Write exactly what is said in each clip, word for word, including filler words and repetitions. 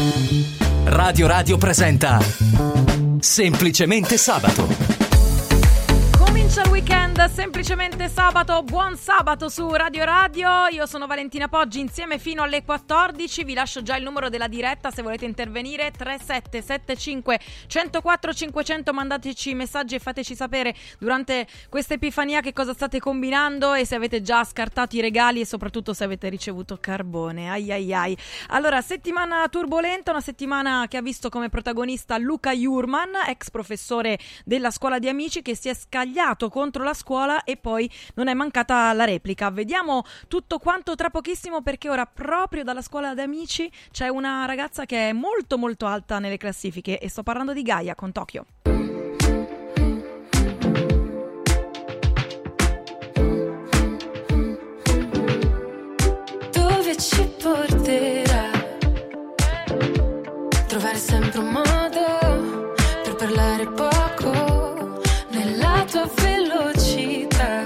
Radio Radio presenta Semplicemente Sabato. Comincia il weekend, semplicemente sabato, buon sabato su Radio Radio. Io sono Valentina Poggi, insieme fino alle quattordici. Vi lascio già il numero della diretta se volete intervenire: tre sette sette cinque uno zero quattro cinquecento. Mandateci messaggi e fateci sapere durante questa Epifania che cosa state combinando e se avete già scartato i regali e soprattutto se avete ricevuto carbone. Ai ai ai. Allora, settimana turbolenta, una settimana che ha visto come protagonista Luca Jurman, ex professore della scuola di amici, che si è scagliato contro la scuola e poi non è mancata la replica. Vediamo tutto quanto tra pochissimo, perché ora proprio dalla scuola di amici c'è una ragazza che è molto molto alta nelle classifiche e sto parlando di Gaia con Tokyo. Dove ci porterà? Trovare sempre un modo per parlare poco nella tua velocità.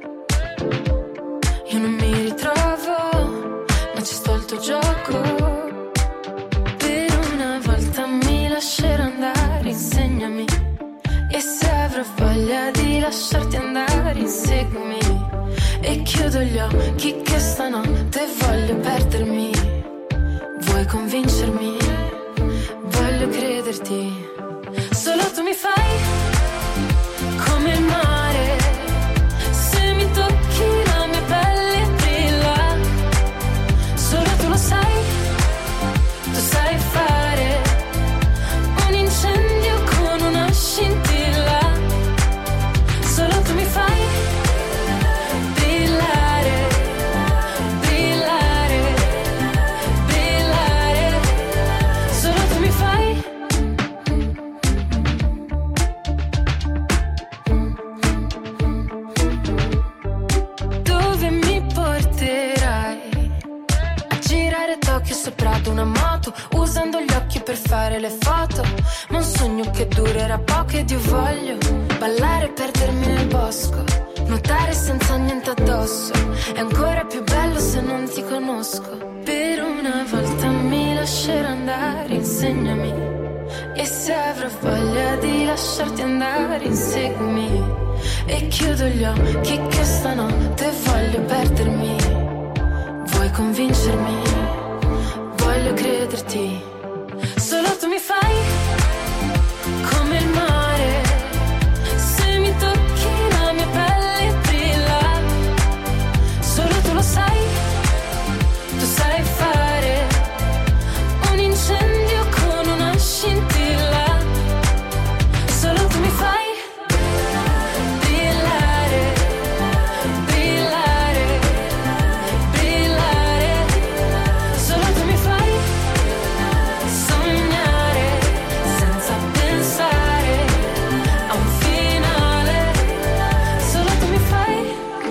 Io non mi ritrovo, ma ci sto il tuo gioco. Per una volta mi lascerò andare, insegnami. E se avrò voglia di lasciarti andare, inseguimi. E chiudo gli occhi che stanotte voglio perdermi. Vuoi convincermi? Voglio crederti. Solo tu mi fai come il mare, se mi tocchi la mia pelle brilla. Solo tu lo sai, tu sai fare un incendio con una scintilla. Solo tu mi fai brillare, brillare, brillare. Solo tu mi fai. Dove mi porterai? A girare Tokyo sopra ad una moto, usando gli occhi per fare le foto. Ma un sogno che durerà poco ed io voglio ballare e perdermi nel bosco, nuotare senza niente addosso. È ancora più bello se non ti conosco. Per una volta mi lascerò andare, insegnami. E se avrò voglia di lasciarti andare, inseguimi. E chiudo gli occhi che stanotte voglio perdermi. Vuoi convincermi? Voglio crederti. Solo tu mi fai come il mare, se mi tocchi la mia pelle brilla. Solo tu lo sai, tu sai fare un incendio con una scintilla. Solo tu mi fai brillare, brillare, brillare. Solo tu mi fai sognare senza pensare a un finale. Solo tu mi fai.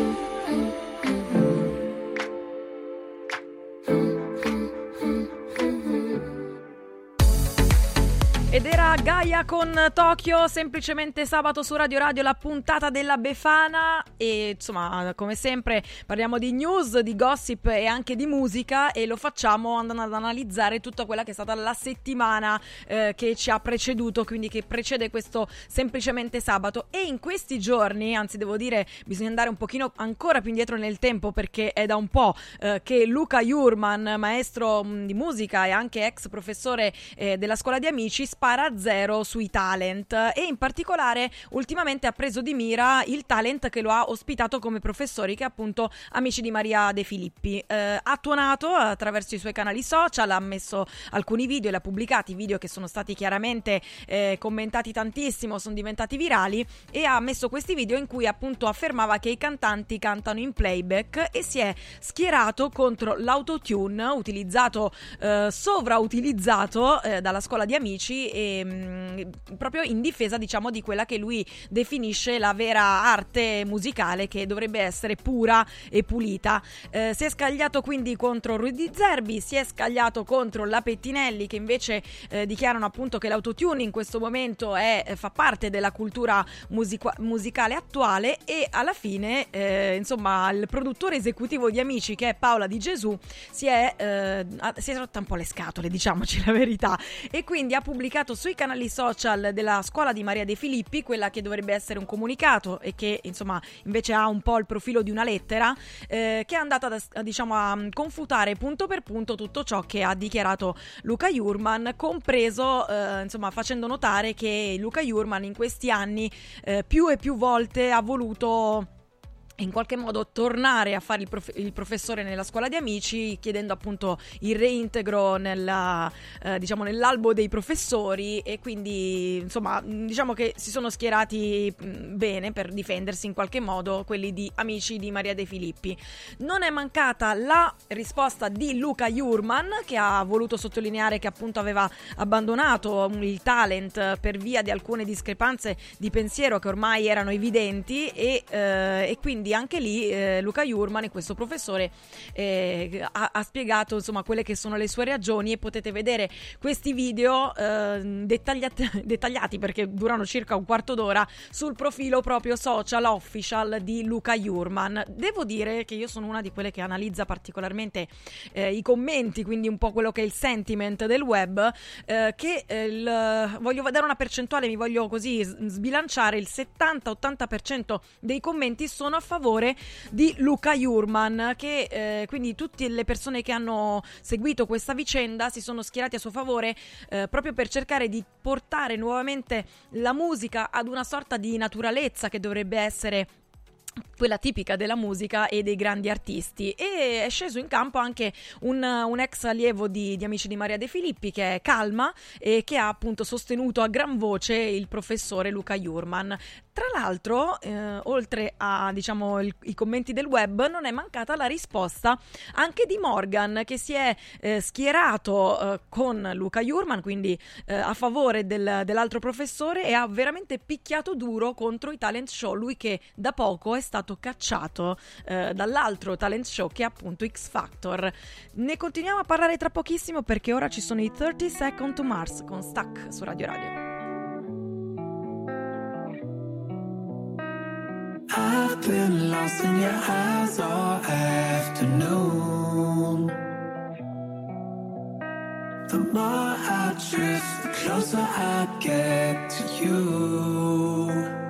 Ed era Gaia con Tokyo, semplicemente sabato su Radio Radio, la puntata della Befana. E insomma, come sempre parliamo di news, di gossip e anche di musica, e lo facciamo andando ad analizzare tutta quella che è stata la settimana eh, che ci ha preceduto, quindi che precede questo semplicemente sabato. E in questi giorni, anzi devo dire, bisogna andare un pochino ancora più indietro nel tempo, perché è da un po' eh, che Luca Jurman, maestro mh, di musica e anche ex professore eh, della scuola di amici, spara a zero sui talent, e in particolare ultimamente ha preso di mira il talent che lo ha ospitato come professori, che è appunto Amici di Maria De Filippi. Eh, ha tuonato attraverso i suoi canali social, ha messo alcuni video e li ha pubblicati, video che sono stati chiaramente eh, commentati tantissimo, sono diventati virali, e ha messo questi video in cui appunto affermava che i cantanti cantano in playback e si è schierato contro l'autotune utilizzato, eh, sovrautilizzato eh, dalla scuola di amici, e mh, proprio in difesa, diciamo, di quella che lui definisce la vera arte musicale, che dovrebbe essere pura e pulita. Eh, si è scagliato quindi contro Rudy Zerbi, si è scagliato contro la Pettinelli, che invece eh, dichiarano appunto che l'autotune in questo momento è, fa parte della cultura musica- musicale attuale, e alla fine eh, insomma il produttore esecutivo di Amici, che è Paola Di Gesù, si è, eh, si è rotta un po' le scatole, diciamoci la verità, e quindi ha pubblicato sui canali social della scuola di Maria De Filippi, quella che dovrebbe essere un comunicato e che insomma invece ha un po' il profilo di una lettera, eh, che è andata a, diciamo a confutare punto per punto tutto ciò che ha dichiarato Luca Jurman, compreso eh, insomma facendo notare che Luca Jurman in questi anni eh, più e più volte ha voluto in qualche modo tornare a fare il, prof- il professore nella scuola di Amici, chiedendo appunto il reintegro nella, eh, diciamo nell'albo dei professori, e quindi insomma diciamo che si sono schierati mh, bene per difendersi in qualche modo quelli di Amici di Maria De Filippi. Non è mancata la risposta di Luca Jurman, che ha voluto sottolineare che appunto aveva abbandonato il talent per via di alcune discrepanze di pensiero che ormai erano evidenti, e, eh, e quindi anche lì eh, Luca Jurman, e questo professore, eh, ha, ha spiegato insomma quelle che sono le sue ragioni, e potete vedere questi video eh, dettagliati, dettagliati perché durano circa un quarto d'ora sul profilo proprio social official di Luca Jurman. Devo dire che io sono una di quelle che analizza particolarmente eh, i commenti, quindi un po' quello che è il sentiment del web, eh, che eh, il, voglio dare una percentuale, mi voglio così sbilanciare: il settanta ottanta per cento dei commenti sono a favore di Luca Jurman, che eh, quindi tutte le persone che hanno seguito questa vicenda si sono schierati a suo favore, eh, proprio per cercare di portare nuovamente la musica ad una sorta di naturalezza che dovrebbe essere quella tipica della musica e dei grandi artisti. E è sceso in campo anche un, un ex allievo di, di Amici di Maria De Filippi, che è Calma, e che ha appunto sostenuto a gran voce il professore Luca Jurman. Tra l'altro, eh, oltre a diciamo il, i commenti del web, non è mancata la risposta anche di Morgan, che si è eh, schierato eh, con Luca Jurman, quindi eh, a favore del, dell'altro professore, e ha veramente picchiato duro contro i talent show. Lui che da poco è stato cacciato eh, dall'altro talent show, che è appunto X Factor. Ne continuiamo a parlare tra pochissimo, perché ora ci sono i thirty Seconds to Mars con Stuck su Radio Radio. I've been lost in your eyes all afternoon. The more I drift, the closer I get to you.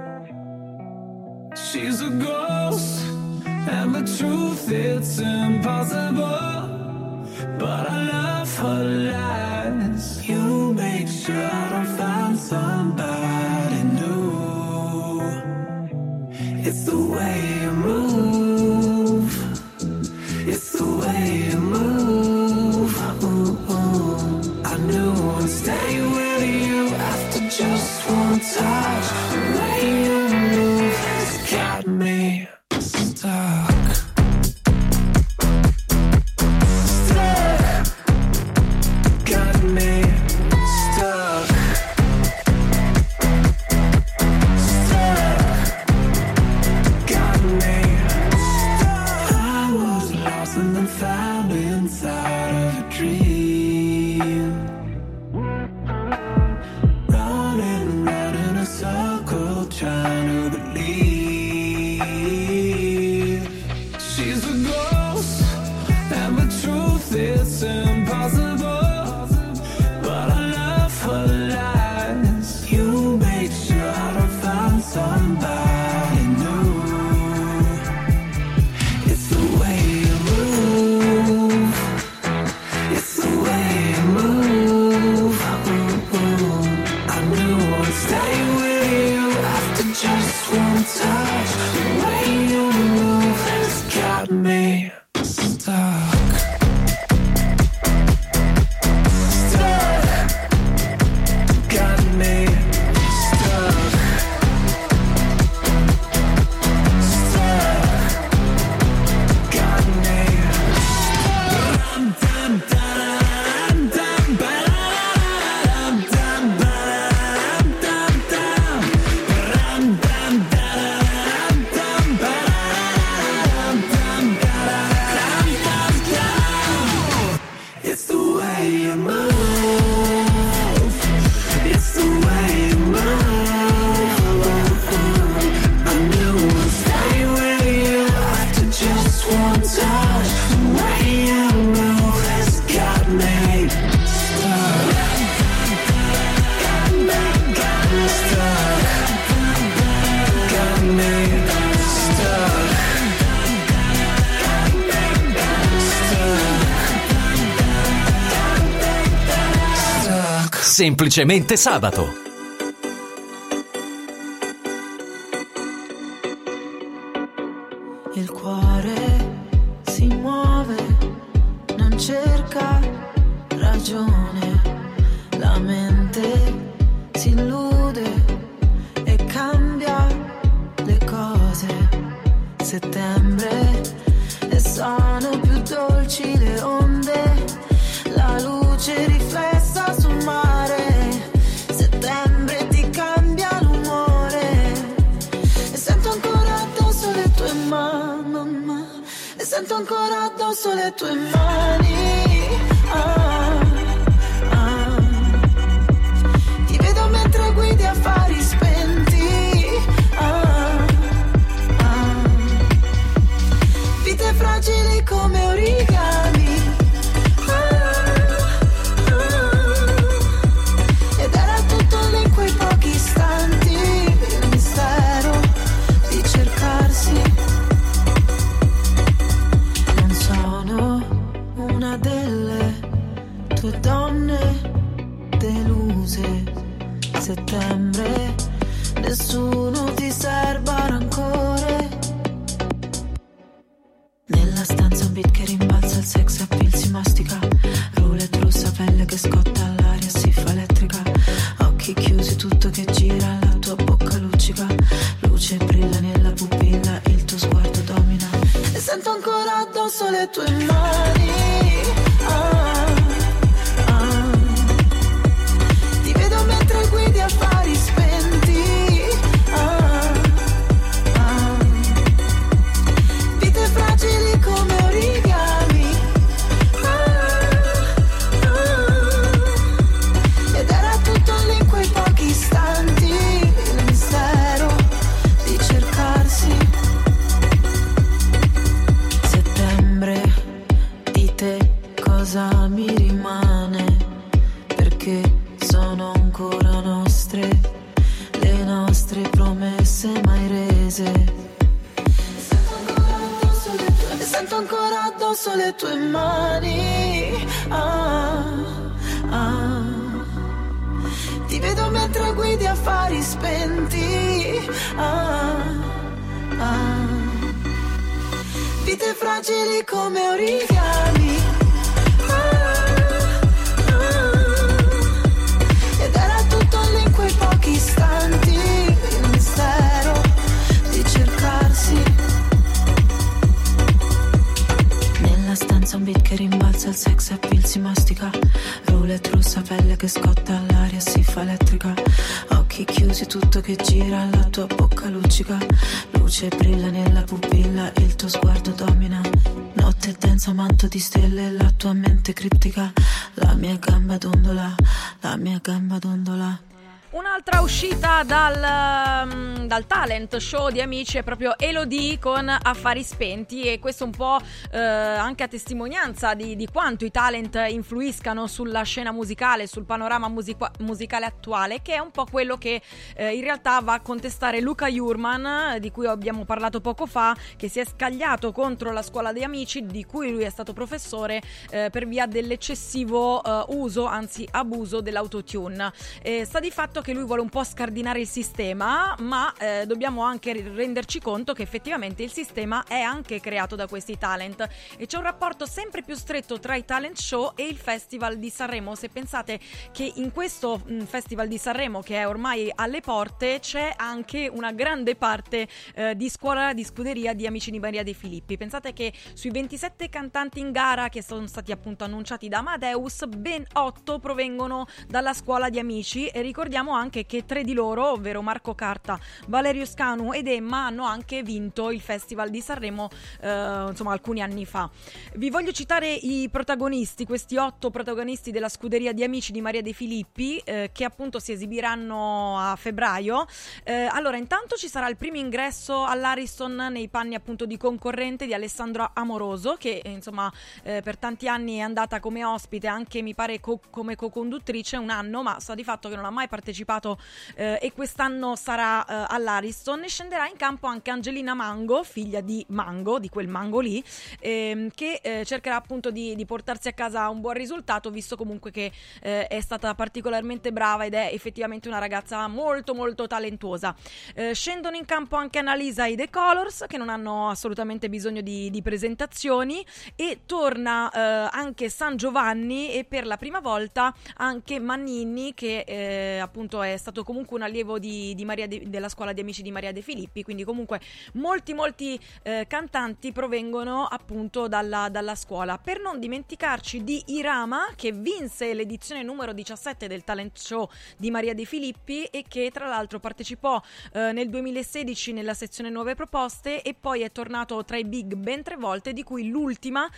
She's a ghost, and the truth, it's impossible. But I love her lies. You make sure I don't find somebody new. It's the way you move. It's the way you move. Ooh, ooh. I knew I'd stay with you after just one touch. The way you move has got me stuck. Stuck. Got me stuck. Found inside of a dream, running round in a circle, trying to believe. She's a ghost, and the truth, it's impossible. But I love her lies. You make sure I don't find somebody new. It's the way you move. It's the way you move. Ooh, ooh. I knew I'd stay with you after just one touch. The way you move has got me stuck. Stuck. Got me stuck. Stuck. Got me. Dum dum dum dum dum dum dum. way you move. It's the way you move. I knew I'd stay with you after just one touch. The way you move has got me stuck. Got me, got me stuck. Got me stuck. Semplicemente sabato. Il cuore si muove, non cerca ragione, la mente si illude e cambia le cose. Settembre e sono più dolci le onde, la luce riflessa sul mare. Settembre ti cambia l'umore e sento ancora addosso le tue mani, e sento ancora addosso le tue mani. Ah, ah. Ti vedo mentre guidi affari spenti. Ah, ah. Vite fragili come origami. Settembre, nessuno ti serba rancore. Nella stanza un beat che rimbalza, il sex appeal si mastica. Roulette rossa, pelle che scotta, all'aria si fa elettrica. Occhi chiusi, tutto che gira, la tua bocca luccica. Luce brilla nella pupilla, il tuo sguardo domina. E sento ancora addosso le tue mani. Ah, ah. Ti vedo mentre guidi affari spenti. Ah, ah. Vite fragili come origami. Ah, ah. Ed era tutto lì in quei pochi istanti, il mistero di cercarsi. Settembre, di te cosa mi rimane? Perché sono ancora nostre, le nostre promesse mai rese. Sento ancora addosso le tue mani. Ah, ah. Ti vedo mentre guidi affari spenti. Ah, ah. Vite fragili come origami. Quei pochi istanti, il mistero di cercarsi. Nella stanza un beat che rimbalza, il sex appeal si mastica. Roulette rossa, pelle che scotta, all'aria si fa elettrica. Occhi chiusi, tutto che gira, la tua bocca luccica. Luce brilla nella pupilla, il tuo sguardo domina. Notte densa, manto di stelle, la tua mente criptica. La mia gamba dondola, la mia gamba dondola. Un'altra uscita dal, um, dal talent show di Amici è proprio Elodie con Affari Spenti, e questo un po' eh, anche a testimonianza di, di quanto i talent influiscano sulla scena musicale, sul panorama musica- musicale attuale, che è un po' quello che eh, in realtà va a contestare Luca Jurman, di cui abbiamo parlato poco fa, che si è scagliato contro la scuola di Amici, di cui lui è stato professore, eh, per via dell'eccessivo eh, uso, anzi abuso dell'autotune. Eh, sta di fatto che lui vuole un po' scardinare il sistema, ma eh, dobbiamo anche renderci conto che effettivamente il sistema è anche creato da questi talent, e c'è un rapporto sempre più stretto tra i talent show e il Festival di Sanremo. Se pensate che in questo mh, Festival di Sanremo, che è ormai alle porte, c'è anche una grande parte eh, di scuola di scuderia di Amici di Maria De Filippi. Pensate che sui ventisette cantanti in gara che sono stati appunto annunciati da Amadeus, ben otto provengono dalla scuola di Amici, e ricordiamo ricordiamo anche che tre di loro, ovvero Marco Carta, Valerio Scanu ed Emma, hanno anche vinto il Festival di Sanremo eh, insomma alcuni anni fa. Vi voglio citare i protagonisti, questi otto protagonisti della scuderia di Amici di Maria De Filippi eh, che appunto si esibiranno a febbraio. Eh, allora, intanto ci sarà il primo ingresso all'Ariston nei panni appunto di concorrente di Alessandro Amoroso, che eh, insomma eh, per tanti anni è andata come ospite, anche mi pare co- come co-conduttrice un anno, ma sta di fatto che non ha mai partecipato eh, e quest'anno sarà eh, all'Ariston. E scenderà in campo anche Angelina Mango, figlia di Mango, di quel Mango lì, ehm, che eh, cercherà appunto di, di portarsi a casa un buon risultato, visto comunque che eh, è stata particolarmente brava ed è effettivamente una ragazza molto molto talentuosa. Eh, scendono in campo anche Annalisa e The Colors, che non hanno assolutamente bisogno di, di presentazioni, e torna eh, anche San Giovanni e per la prima volta anche Mannini, che eh, appunto è stato comunque un allievo di, di Maria de, della scuola di Amici di Maria De Filippi, quindi comunque molti molti eh, cantanti provengono appunto dalla, dalla scuola. Per non dimenticarci di Irama, che vinse l'edizione numero diciassette del talent show di Maria De Filippi e che tra l'altro partecipò eh, nel duemilasedici nella sezione nuove proposte e poi è tornato tra i big ben tre volte, di cui l'ultima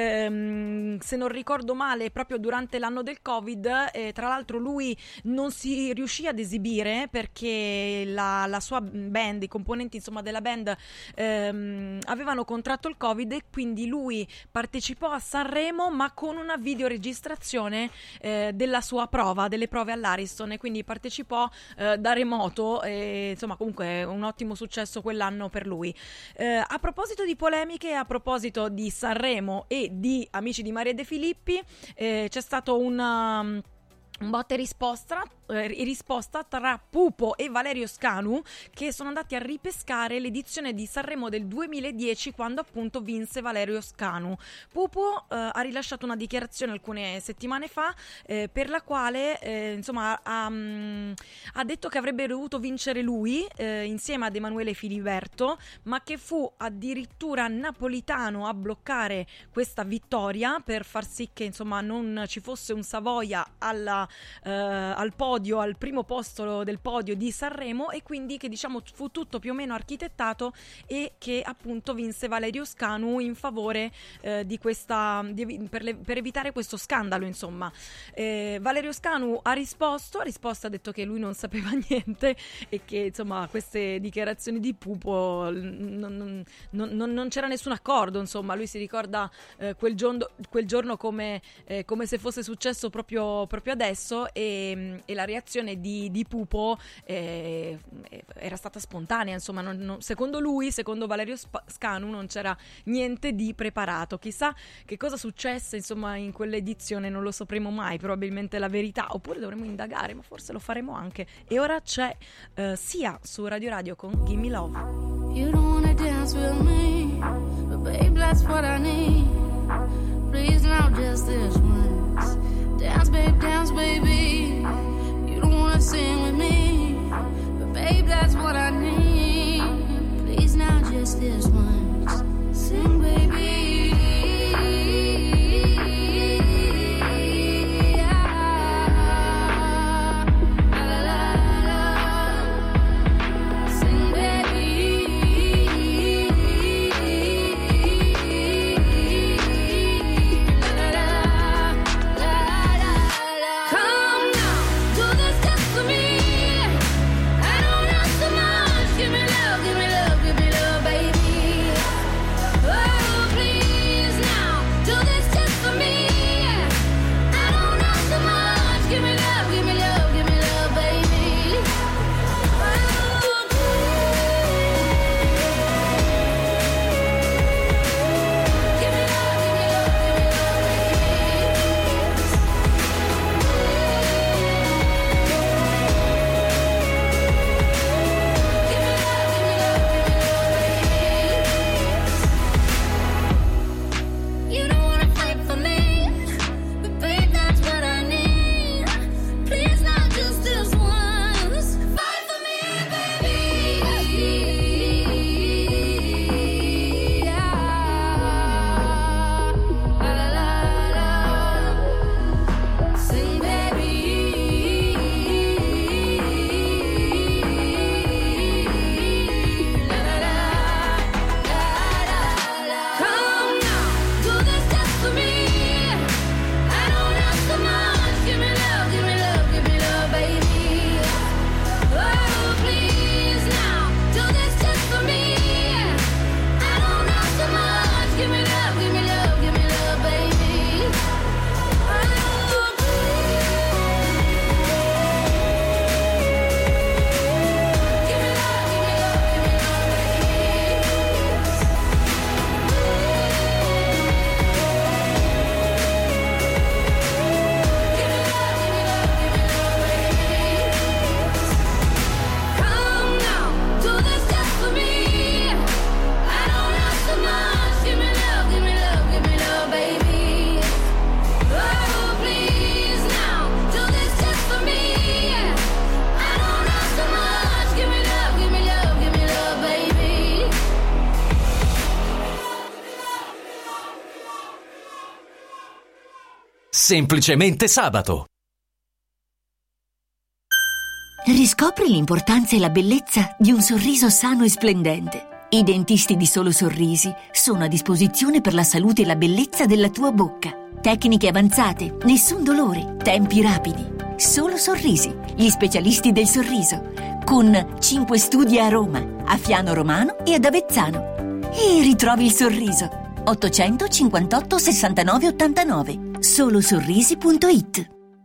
ehm, se non ricordo male proprio durante l'anno del Covid. Eh, tra l'altro lui non si riuscì ad esibire perché la, la sua band, i componenti insomma della band ehm, avevano contratto il Covid e quindi lui partecipò a Sanremo ma con una videoregistrazione eh, della sua prova, delle prove all'Ariston, e quindi partecipò eh, da remoto e insomma comunque un ottimo successo quell'anno per lui. Eh, a proposito di polemiche, a proposito di Sanremo e di Amici di Maria De Filippi, eh, c'è stato un... Um, un botta e risposta, eh, risposta tra Pupo e Valerio Scanu, che sono andati a ripescare l'edizione di Sanremo del duemiladieci, quando appunto vinse Valerio Scanu. Pupo eh, ha rilasciato una dichiarazione alcune settimane fa eh, per la quale eh, insomma ha, um, ha detto che avrebbe dovuto vincere lui eh, insieme ad Emanuele Filiberto, ma che fu addirittura Napolitano a bloccare questa vittoria per far sì che insomma non ci fosse un Savoia alla Uh, al podio, al primo posto del podio di Sanremo, e quindi che diciamo fu tutto più o meno architettato e che appunto vinse Valerio Scanu in favore uh, di questa di, per, le, per evitare questo scandalo insomma. eh, Valerio Scanu ha risposto ha risposto ha detto che lui non sapeva niente e che insomma queste dichiarazioni di Pupo non, non, non, non c'era nessun accordo, insomma lui si ricorda uh, quel giorno, quel giorno come, eh, come se fosse successo proprio, proprio adesso. E, e la reazione di, di Pupo eh, era stata spontanea, insomma non, non, secondo lui, secondo Valerio Scanu non c'era niente di preparato. Chissà che cosa successe insomma in quell'edizione, non lo sapremo mai, probabilmente la verità, oppure dovremo indagare, ma forse lo faremo anche. E ora c'è uh, Sia su Radio Radio con Gimme Love. You don't wanna dance with me, but babe that's what I need. Please now just this once. Dance, babe, dance, baby. You don't wanna sing with me, but babe, that's what I need. Please now, just this once. Sing, baby. Semplicemente sabato. Riscopri l'importanza e la bellezza di un sorriso sano e splendente. I dentisti di Solo Sorrisi sono a disposizione per la salute e la bellezza della tua bocca. Tecniche avanzate, nessun dolore, tempi rapidi. Solo Sorrisi, gli specialisti del sorriso. Con cinque studi a Roma, a Fiano Romano e ad Avezzano. E ritrovi il sorriso. ottocentocinquantotto sessantanove ottantanove. solo sorrisi punto it.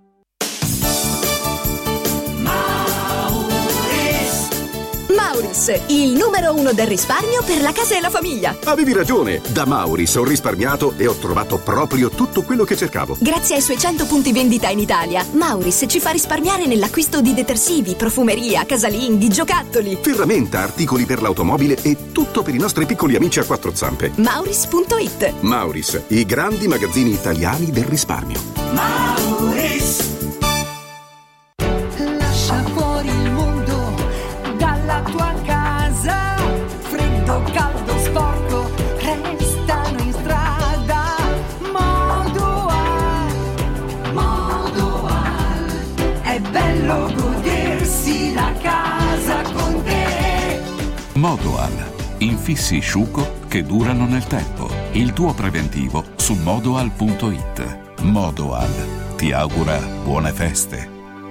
Mauris, il numero uno del risparmio per la casa e la famiglia. Avevi ragione, da Mauris ho risparmiato e ho trovato proprio tutto quello che cercavo. Grazie ai suoi cento punti vendita in Italia, Mauris ci fa risparmiare nell'acquisto di detersivi, profumeria, casalinghi, giocattoli, ferramenta, articoli per l'automobile e tutto per i nostri piccoli amici a quattro zampe. Mauris punto it. Mauris, i grandi magazzini italiani del risparmio. Mauris. Lascia fuori il mondo dalla tua casa, freddo, caldo, sporco, restano in strada. Modoal, Modoal, è bello godersi la casa con te. Modoal, infissi Sciuco che durano nel tempo. Il tuo preventivo su modoal punto it. Modoal ti augura buone feste.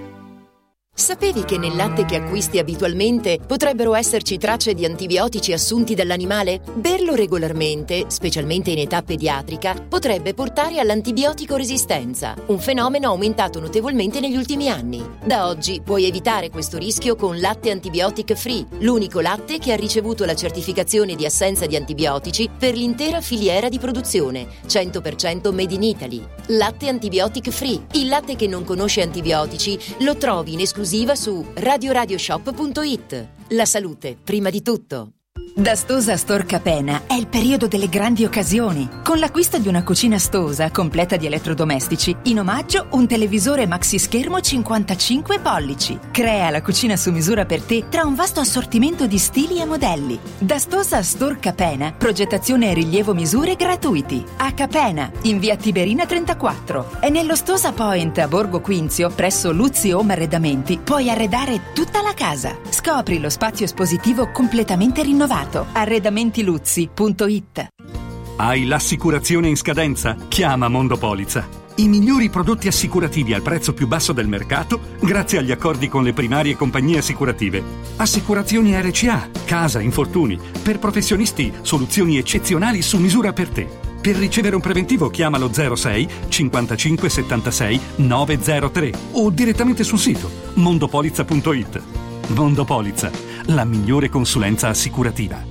Sapevi che nel latte che acquisti abitualmente potrebbero esserci tracce di antibiotici assunti dall'animale? Berlo regolarmente, specialmente in età pediatrica, potrebbe portare all'antibiotico resistenza, un fenomeno aumentato notevolmente negli ultimi anni. Da oggi puoi evitare questo rischio con Latte Antibiotic Free, l'unico latte che ha ricevuto la certificazione di assenza di antibiotici per l'intera filiera di produzione, cento per cento made in Italy. Latte Antibiotic Free, il latte che non conosce antibiotici, lo trovi in esclusiva su radio radio shop punto it. La salute, prima di tutto. Da Stosa Store Capena è il periodo delle grandi occasioni. Con l'acquisto di una cucina Stosa completa di elettrodomestici, in omaggio un televisore maxi schermo cinquantacinque pollici. Crea la cucina su misura per te tra un vasto assortimento di stili e modelli. Da Stosa Store Capena, progettazione e rilievo misure gratuiti. A Capena, in via Tiberina trentaquattro. E nello Stosa Point a Borgo Quinzio, presso Luzzi Home Arredamenti, puoi arredare tutta la casa. Scopri lo spazio espositivo completamente rinnovato. arredamentiluzzi punto it. Hai l'assicurazione in scadenza? Chiama Mondopolizza. I migliori prodotti assicurativi al prezzo più basso del mercato grazie agli accordi con le primarie compagnie assicurative. Assicurazioni R C A, casa, infortuni. Per professionisti, soluzioni eccezionali su misura per te. Per ricevere un preventivo chiamalo zero sei cinquantacinque settantasei novecentotre o direttamente sul sito mondopolizza punto it. Mondopolizza, la migliore consulenza assicurativa.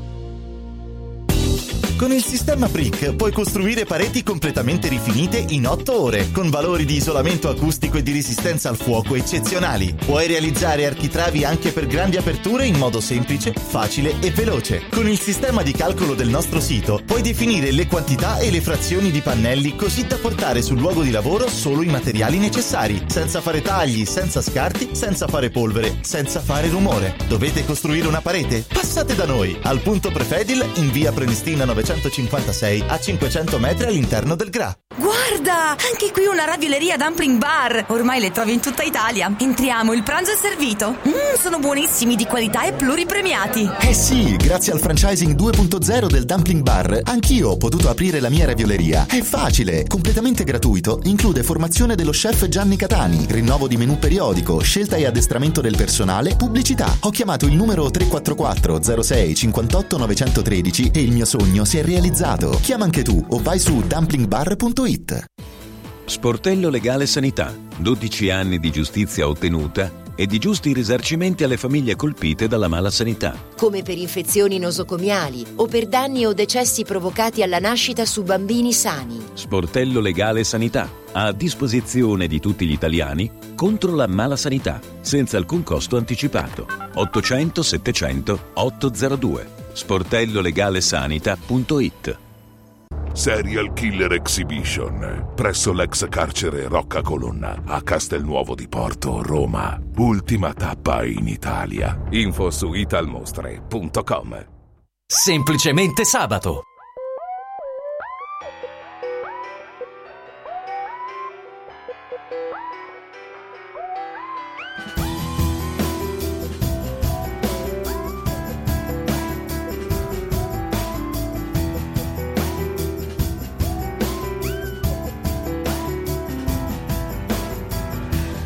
Con il sistema Brick puoi costruire pareti completamente rifinite in otto ore, con valori di isolamento acustico e di resistenza al fuoco eccezionali. Puoi realizzare architravi anche per grandi aperture in modo semplice, facile e veloce. Con il sistema di calcolo del nostro sito puoi definire le quantità e le frazioni di pannelli così da portare sul luogo di lavoro solo i materiali necessari, senza fare tagli, senza scarti, senza fare polvere, senza fare rumore. Dovete costruire una parete? Passate da noi, al punto Prefedil in via Prenestina novecentocinquantasei a cinquecento metri all'interno del G R A. Guarda, anche qui una ravioleria dumpling bar. Ormai le trovi in tutta Italia. Entriamo, il pranzo è servito. Mmm, sono buonissimi, di qualità e pluripremiati. Eh sì, grazie al franchising due punto zero del dumpling bar, anch'io ho potuto aprire la mia ravioleria. È facile, completamente gratuito, include formazione dello chef Gianni Catani, rinnovo di menù periodico, scelta e addestramento del personale, pubblicità. Ho chiamato il numero tre quattro quattro zero sei cinquantotto novecentotredici e il mio sogno si è realizzato. Chiama anche tu o vai su dumpling bar punto it. Sportello Legale Sanità, dodici anni di giustizia ottenuta e di giusti risarcimenti alle famiglie colpite dalla mala sanità. Come per infezioni nosocomiali o per danni o decessi provocati alla nascita su bambini sani. Sportello Legale Sanità, a disposizione di tutti gli italiani contro la mala sanità, senza alcun costo anticipato. ottocento settecento ottocentodue. sportello legale sanità punto it. Serial Killer Exhibition presso l'ex carcere Rocca Colonna a Castelnuovo di Porto, Roma. Ultima tappa in Italia. Info su italmostre punto com. Semplicemente sabato.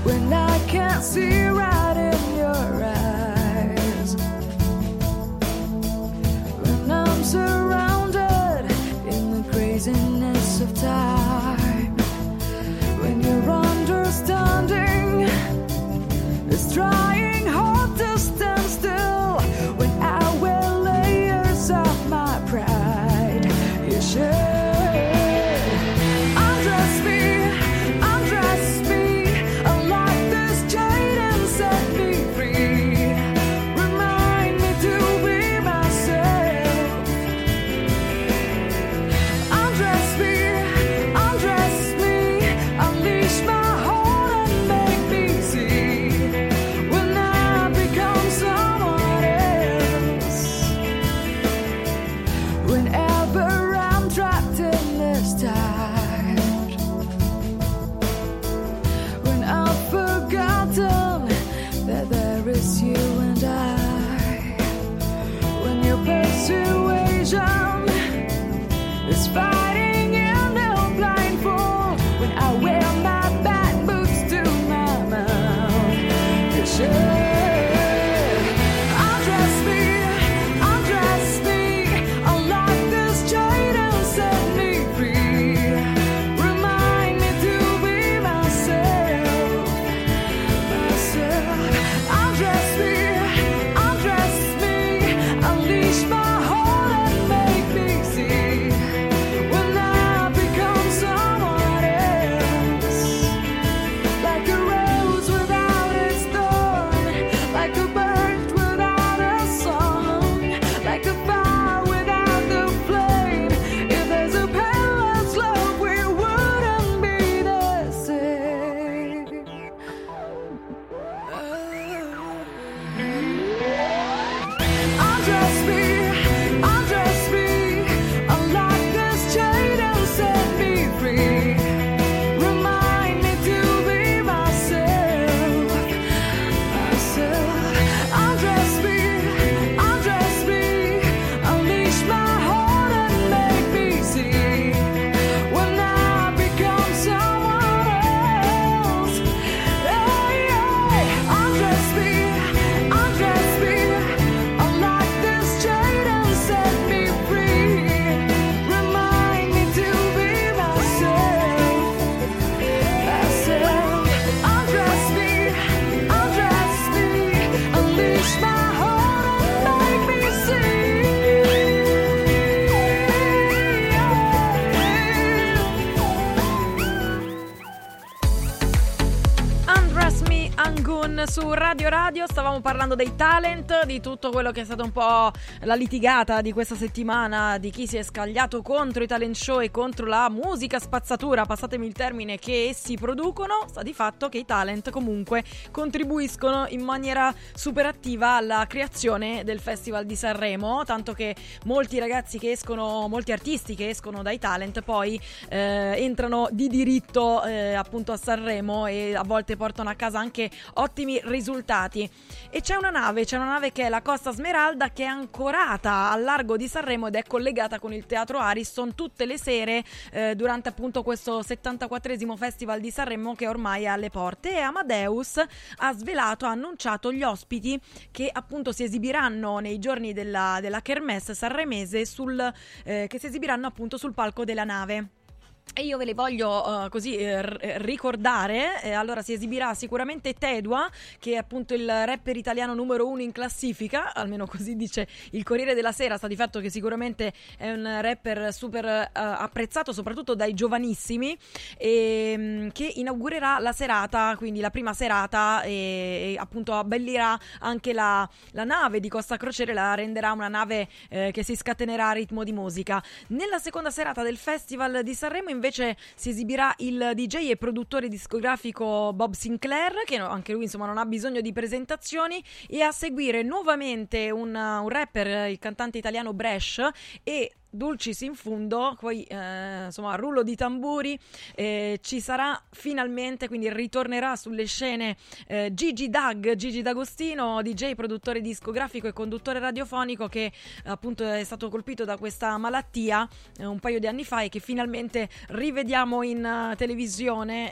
when I can't see right in your eyes, when I'm surrounded in the craziness of time, when your understanding is trying hard to stand still, when I wear layers of my pride, you should undress me, undress me, unlock this chain and set me free, remind me to be myself, undress me, undress me, unleash my heart and make me see when I become someone else, whenever I'm trapped in this tide, when I've forgotten that there is you and I, when your persuasion is fighting in the blindfold, when I wear my bad boots to my mouth, you should undress me, undress me, unlock this chain and set me free, remind me to be myself, myself, undress me, undress me, unleash my heart and make me see when I become someone else, like a rose without its thorn, like a bird without a song, like a fire without the flame. If there's a endless love, we wouldn't be the same. Undress me, undress me, unlock this chain and set me free, remind me to be myself, myself, undress me, undress me, unleash my heart and make me see when I become someone else, hey, hey. Undress me, undress me, unlock this chain and set me free, remind me to be myself, myself, undress me, undress me, unleash my heart and make me Undress Me, Angun su Radio Radio. Stavamo parlando dei talent, di tutto quello che è stato un po' la litigata di questa settimana, di chi si è scagliato contro i talent show e contro la musica spazzatura, passatemi il termine, che essi producono. Sta di fatto che i talent comunque contribuiscono in maniera super attiva alla creazione del Festival di Sanremo, tanto che molti ragazzi che escono, molti artisti che escono dai talent poi eh, entrano di diritto eh, appunto a Sanremo e a volte portano a casa anche ottimi risultati. E c'è una nave, c'è una nave che è la Costa Smeralda, che è ancorata al largo di Sanremo ed è collegata con il Teatro Ariston tutte le sere eh, durante appunto questo settantaquattresimo Festival di Sanremo che ormai è alle porte. E Amadeus ha svelato, ha annunciato gli ospiti che appunto si esibiranno nei giorni della, della Kermesse sanremese sul, eh, che si esibiranno appunto sul palco della nave. E io ve le voglio uh, così eh, ricordare. eh, Allora si esibirà sicuramente Tedua, che è appunto il rapper italiano numero uno in classifica, almeno così dice il Corriere della Sera. Sta di fatto che sicuramente è un rapper super uh, apprezzato soprattutto dai giovanissimi, e, um, che inaugurerà la serata, quindi la prima serata, e, e appunto abbellirà anche la, la nave di Costa Crociere, la renderà una nave eh, che si scatenerà a ritmo di musica. Nella seconda serata del Festival di Sanremo invece si esibirà il D J e produttore discografico Bob Sinclair, che no, anche lui insomma non ha bisogno di presentazioni, e a seguire nuovamente un, un rapper, il cantante italiano Bresh, e Dulcis in fundo, poi eh, insomma rullo di tamburi, eh, ci sarà finalmente, quindi ritornerà sulle scene eh, Gigi Dag, Gigi D'Agostino, D J, produttore discografico e conduttore radiofonico, che appunto è stato colpito da questa malattia eh, un paio di anni fa e che finalmente rivediamo in uh, televisione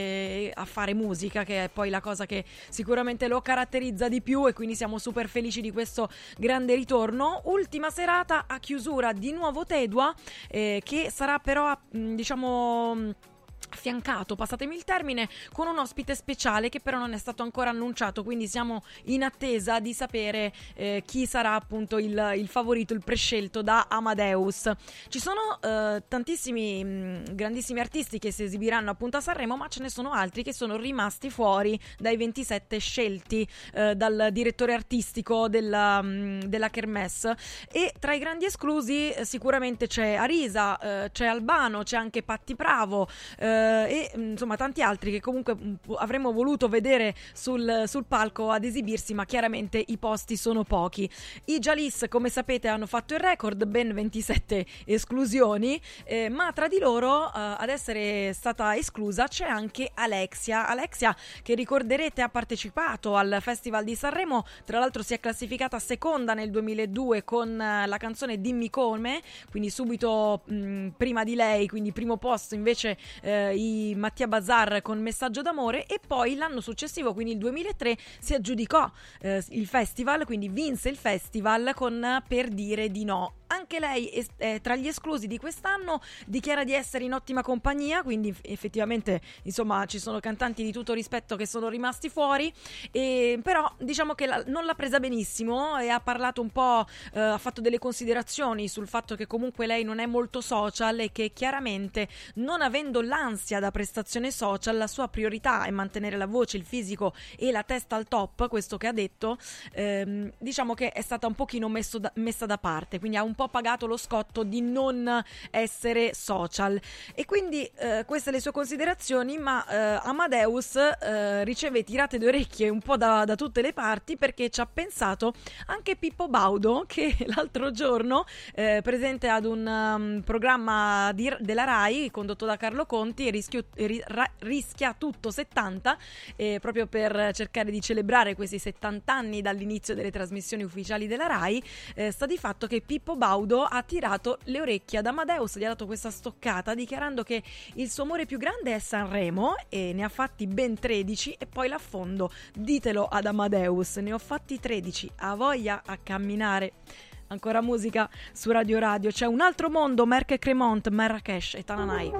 e a fare musica, che è poi la cosa che sicuramente lo caratterizza di più, e quindi siamo super felici di questo grande ritorno. Ultima serata a chiusura di nuovo Tedua, eh, che sarà però mh, diciamo affiancato, passatemi il termine, con un ospite speciale che però non è stato ancora annunciato, quindi siamo in attesa di sapere eh, chi sarà appunto il, il favorito, il prescelto da Amadeus. Ci sono eh, tantissimi mh, grandissimi artisti che si esibiranno appunto a Sanremo, ma ce ne sono altri che sono rimasti fuori dai ventisette scelti eh, dal direttore artistico della, mh, della Kermesse, e tra i grandi esclusi eh, sicuramente c'è Arisa, eh, c'è Albano, c'è anche Patti Bravo, eh, e insomma tanti altri che comunque avremmo voluto vedere sul, sul palco ad esibirsi, ma chiaramente i posti sono pochi. I Jalis, come sapete, hanno fatto il record, ben ventisette esclusioni, eh, ma tra di loro eh, ad essere stata esclusa c'è anche Alexia. Alexia, che ricorderete ha partecipato al Festival di Sanremo, tra l'altro si è classificata seconda nel duemiladue con la canzone Dimmi Come, quindi subito mh, prima di lei, quindi primo posto invece eh, i Mattia Bazar con Messaggio d'amore, e poi l'anno successivo, quindi il duemilatré, si aggiudicò eh, il festival, quindi vinse il festival con Per dire di no. Anche lei è, è tra gli esclusi di quest'anno, dichiara di essere in ottima compagnia, quindi effettivamente insomma ci sono cantanti di tutto rispetto che sono rimasti fuori, e, però diciamo che la, non l'ha presa benissimo e ha parlato un po', eh, ha fatto delle considerazioni sul fatto che comunque lei non è molto social e che chiaramente, non avendo l'ansia da prestazione social, la sua priorità è mantenere la voce, il fisico e la testa al top, questo che ha detto, ehm, diciamo che è stata un pochino messo da, messa da parte, quindi ha un po' pagato lo scotto di non essere social, e quindi eh, queste le sue considerazioni. Ma eh, Amadeus eh, riceve tirate d'orecchie un po' da, da tutte le parti, perché ci ha pensato anche Pippo Baudo, che l'altro giorno eh, presente ad un um, programma di, della Rai condotto da Carlo Conti, rischio, ri, ra, rischia tutto settanta, eh, proprio per cercare di celebrare questi settanta anni dall'inizio delle trasmissioni ufficiali della Rai. eh, sta di fatto che Pippo Baudo ha tirato le orecchie ad Amadeus, gli ha dato questa stoccata dichiarando che il suo amore più grande è Sanremo, e ne ha fatti ben tredici, e poi l'affondo: ditelo ad Amadeus, ne ho fatti tredici, ha voglia a camminare. Ancora musica su Radio Radio, c'è Un altro mondo, Merck e Cremont, Marrakesh e Tananai.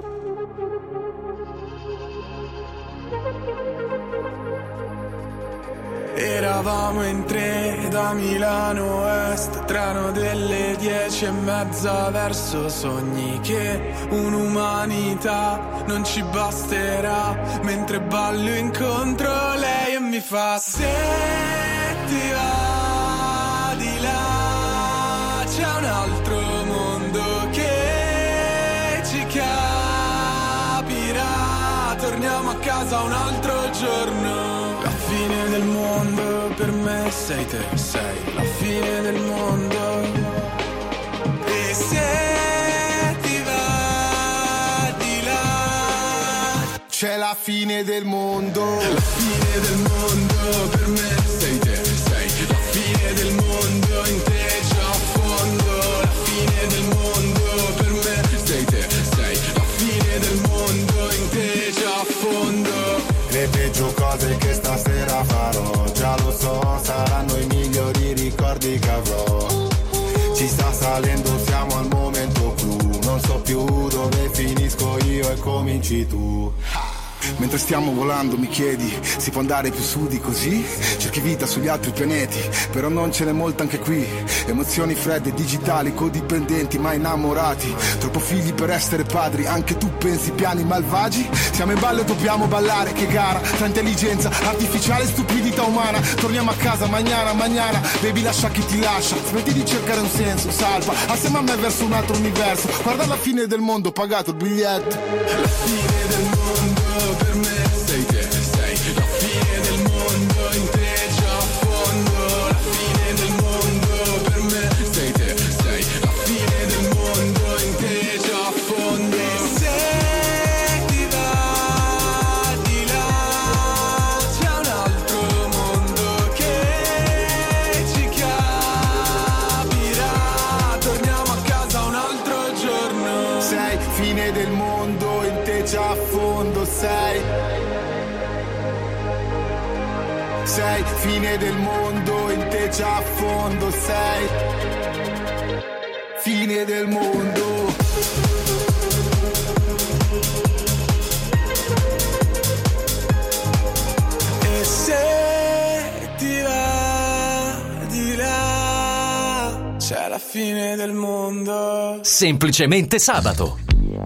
Eravamo in tre da Milano Est, treno delle dieci e mezza verso sogni che un'umanità non ci basterà, mentre ballo incontro lei e mi fa: se ti va di là c'è un altro mondo che ci capirà, torniamo a casa un altro giorno. La fine del mondo per me sei te, sei la fine del mondo. E se ti va di là c'è la fine del mondo. La fine del mondo per me sei te, sei la fine del mondo, in te già a fondo. La fine del mondo per me sei te, sei la fine del mondo, in te già a fondo. Le peggio cose che stasera farò, già lo so, saranno i migliori ricordi che avrò. Ci sta salendo, siamo al momento clou, non so più dove finisco io e cominci tu. Mentre stiamo volando mi chiedi, si può andare più su di così? Cerchi vita sugli altri pianeti, però non ce n'è molta anche qui. Emozioni fredde, digitali, codipendenti, ma innamorati. Troppo figli per essere padri, anche tu pensi piani malvagi? Siamo in ballo e dobbiamo ballare, che gara tra intelligenza artificiale e stupidità umana. Torniamo a casa, mañana, mañana, baby lascia chi ti lascia. Smetti di cercare un senso, salva, assieme a me verso un altro universo. Guarda la fine del mondo, pagato il biglietto. La fine del mondo per me sei te, sei la fine del mondo, in te già a fondo. La fine del mondo per me sei te, sei la fine del mondo. sei fine del mondo, in te già a fondo sei fine del mondo. E se ti va di là, c'è la fine del mondo. Semplicemente sabato.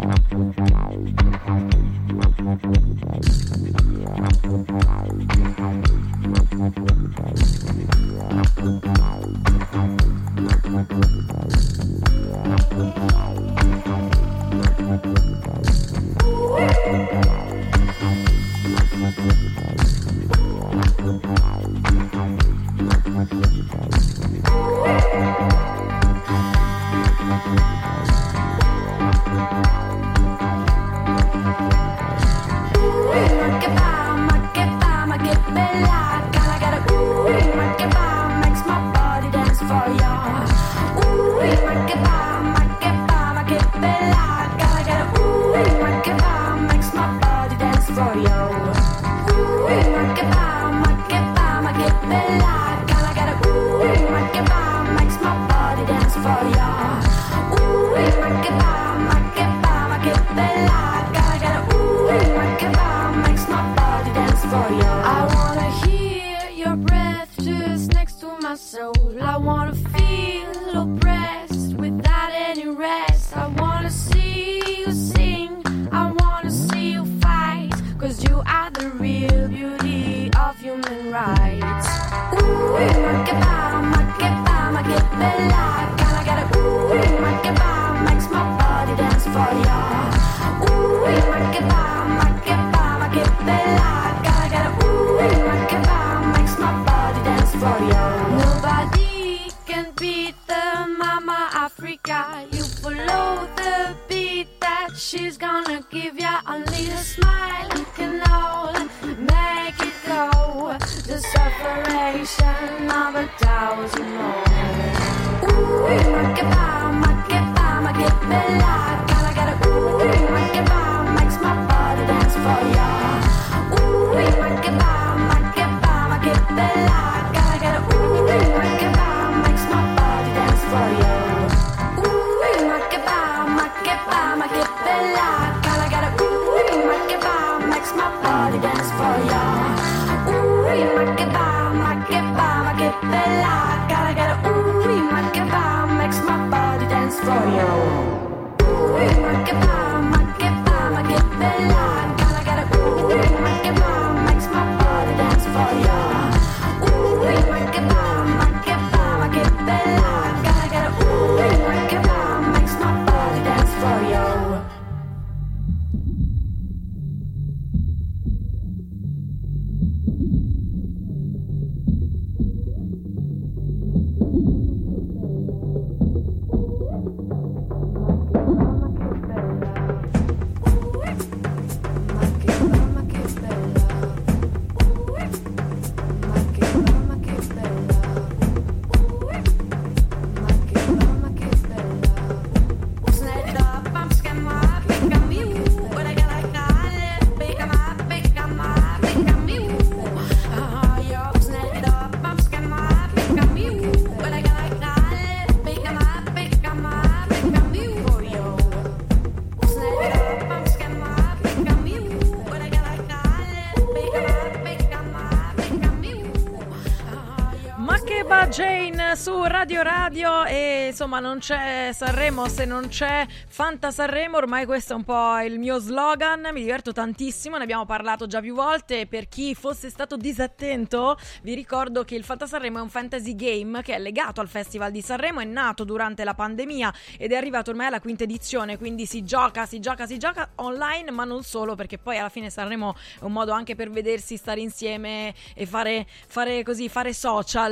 Su Radio Radio e insomma non c'è Sanremo se non c'è Fanta Sanremo, ormai questo è un po' il mio slogan, mi diverto tantissimo, ne abbiamo parlato già più volte. Per chi fosse stato disattento vi ricordo che il Fanta Sanremo è un fantasy game che è legato al Festival di Sanremo, è nato durante la pandemia ed è arrivato ormai alla quinta edizione, quindi si gioca, si gioca, si gioca online, ma non solo, perché poi alla fine Sanremo è un modo anche per vedersi, stare insieme e fare, fare così, fare social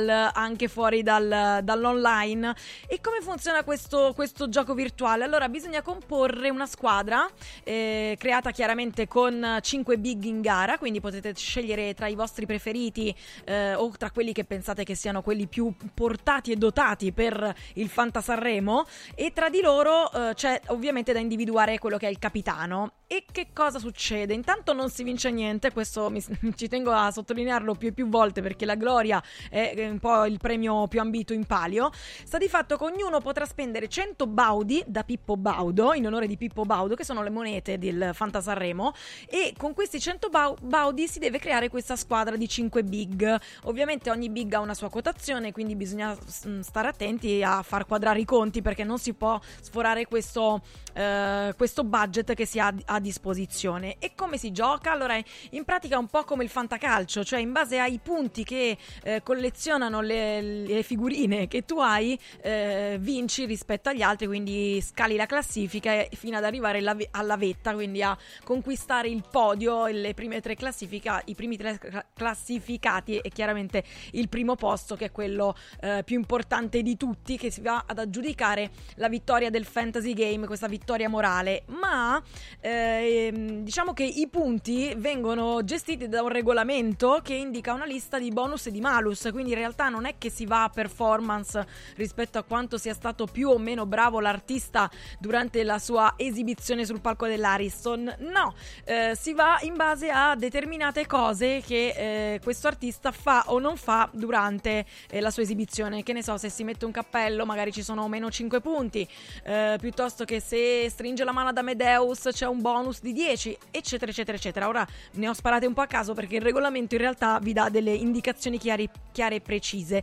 anche fuori dal, dall'online. E come funziona questo, questo gioco virtuale? Allora, bisogna comporre una squadra eh, creata chiaramente con cinque big in gara, quindi potete scegliere tra i vostri preferiti eh, o tra quelli che pensate che siano quelli più portati e dotati per il Fanta Sanremo, e tra di loro eh, c'è ovviamente da individuare quello che è il capitano. E che cosa succede? Intanto non si vince niente, questo mi, ci tengo a sottolinearlo più e più volte perché la gloria è un po' il premio più ambito in palio. Sta di fatto che ognuno potrà spendere cento baudi da Pippo Baudo, in onore di Pippo Baudo, che sono le monete del Fanta Sanremo, e con questi cento baudi si deve creare questa squadra di cinque big. Ovviamente ogni big ha una sua quotazione, quindi bisogna stare attenti a far quadrare i conti perché non si può sforare questo, eh, questo budget che si ha a a disposizione. E come si gioca? Allora, in pratica è un po' come il fantacalcio, cioè in base ai punti che eh, collezionano le, le figurine che tu hai, eh, vinci rispetto agli altri, quindi scali la classifica fino ad arrivare la, alla vetta, quindi a conquistare il podio, le prime tre classifica, i primi tre classificati e chiaramente il primo posto, che è quello eh, più importante di tutti, che si va ad aggiudicare la vittoria del fantasy game, questa vittoria morale. Ma eh, diciamo che i punti vengono gestiti da un regolamento che indica una lista di bonus e di malus, quindi in realtà non è che si va a performance rispetto a quanto sia stato più o meno bravo l'artista durante la sua esibizione sul palco dell'Ariston, no, eh, si va in base a determinate cose che eh, questo artista fa o non fa durante eh, la sua esibizione. Che ne so, se si mette un cappello magari ci sono meno cinque punti, eh, piuttosto che se stringe la mano ad Amadeus c'è un bonus di dieci, eccetera eccetera eccetera. Ora ne ho sparate un po' a caso perché il regolamento in realtà vi dà delle indicazioni chiare, chiare e precise.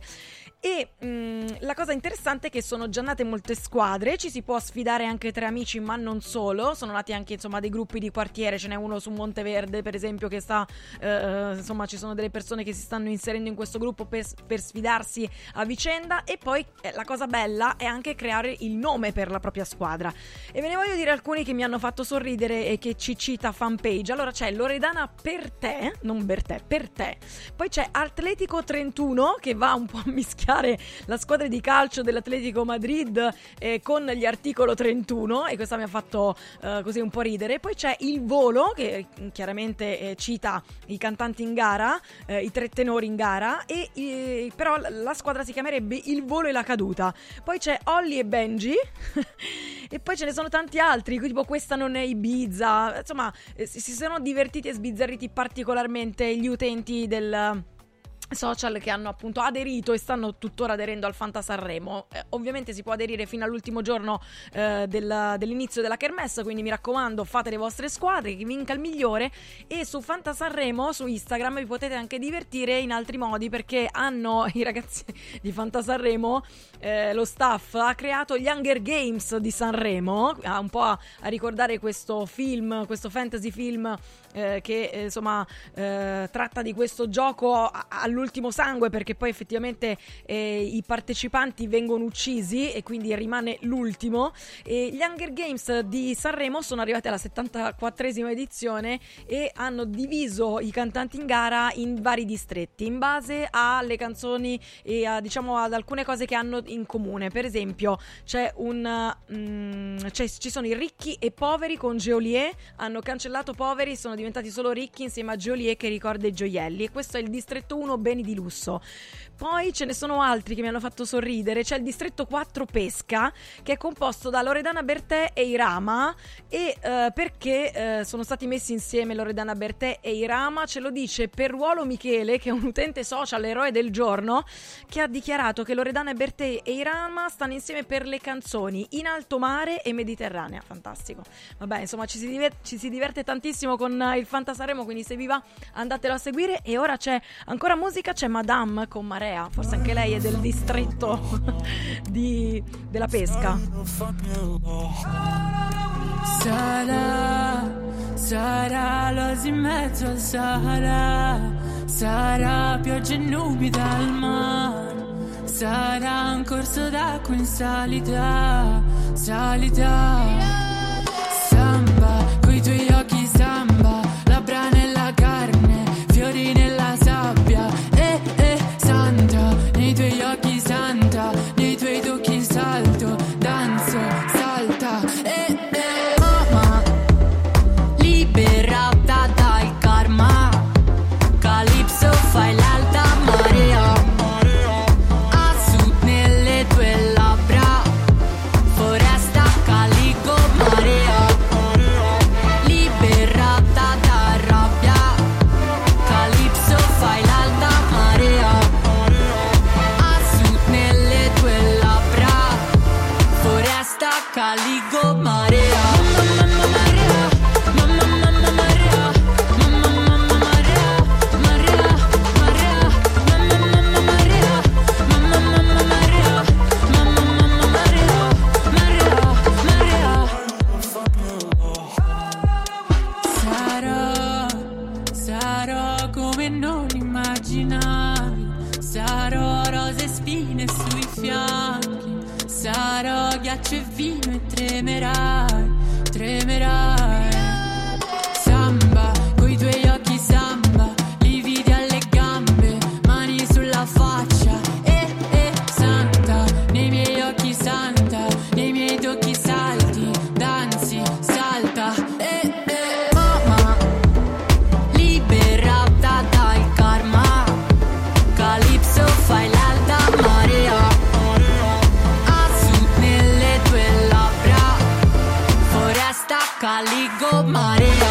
E mh, la cosa interessante è che sono già nate molte squadre, ci si può sfidare anche tra amici, ma non solo, sono nati anche insomma dei gruppi di quartiere, ce n'è uno su Monteverde per esempio che sta, eh, insomma ci sono delle persone che si stanno inserendo in questo gruppo per, per sfidarsi a vicenda. E poi eh, la cosa bella è anche creare il nome per la propria squadra, e ve ne voglio dire alcuni che mi hanno fatto sorridere e che ci cita Fanpage. Allora c'è Loredana per te, non per te, per te, poi c'è Atletico trentuno che va un po' a mischiare la squadra di calcio dell'Atletico Madrid eh, con gli articolo trentuno, e questa mi ha fatto eh, così un po' ridere. Poi c'è Il Volo che chiaramente eh, cita i cantanti in gara, eh, i tre tenori in gara, e eh, però la squadra si chiamerebbe Il Volo e la Caduta. Poi c'è Olly e Benji e poi ce ne sono tanti altri, tipo Questa non è Ibiza. Insomma eh, si sono divertiti e sbizzarriti particolarmente gli utenti del social che hanno appunto aderito e stanno tuttora aderendo al Fanta Sanremo. Eh, ovviamente si può aderire fino all'ultimo giorno eh, del, dell'inizio della kermesse, quindi mi raccomando, fate le vostre squadre, che vinca il migliore. E su Fanta Sanremo, su Instagram, vi potete anche divertire in altri modi, perché hanno i ragazzi di Fanta Sanremo, eh, lo staff ha creato gli Hunger Games di Sanremo, un po' a, a ricordare questo film, questo fantasy film eh, che eh, insomma eh, tratta di questo gioco a, all'ultimo sangue, perché poi effettivamente eh, i partecipanti vengono uccisi e quindi rimane l'ultimo. E gli Hunger Games di Sanremo sono arrivati alla settantaquattresima edizione e hanno diviso i cantanti in gara in vari distretti in base alle canzoni e a, diciamo, ad alcune cose che hanno in comune. Per esempio c'è un um, c'è, ci sono i ricchi e poveri con Geolier, hanno cancellato poveri, sono diventati solo ricchi insieme a Geolier che ricorda i gioielli, e questo è il distretto uno beni di lusso. Poi ce ne sono altri che mi hanno fatto sorridere. C'è il distretto quattro pesca, che è composto da Loredana Bertè e Irama. E eh, perché eh, sono stati messi insieme Loredana Bertè e Irama ce lo dice Perruolo Michele, che è un utente social, eroe del giorno, che ha dichiarato che Loredana Bertè e Irama stanno insieme per le canzoni In alto mare e Mediterranea. Fantastico. Vabbè, insomma ci si diverte, ci si diverte tantissimo con il Fanta Sanremo, quindi se vi va andatelo a seguire. E ora c'è ancora musica, c'è Madame con Marea, forse anche lei è del distretto di, della pesca. Sarà, sarà l'oasi in mezzo al Sahara, sarà pioggia e nubi dal mare, sarà un corso d'acqua in salita, salita. Samba, coi tuoi occhi samba, labbra nella carne, fiori nella sabbia, eh eh santa, nei tuoi occhi immaginavi. Sarò rose e spine sui fianchi, sarò ghiaccio e vino e tremerai, tremerai. Samba, coi tuoi occhi samba, lividi alle gambe, mani sulla faccia, eh, eh, santa, nei miei occhi santa, nei miei tocchi salti, danzi, salta, eh, eh, mamma, liberata dal karma, Calypso fai l'alta marea, a sud nelle tue labbra, foresta Caligo marea.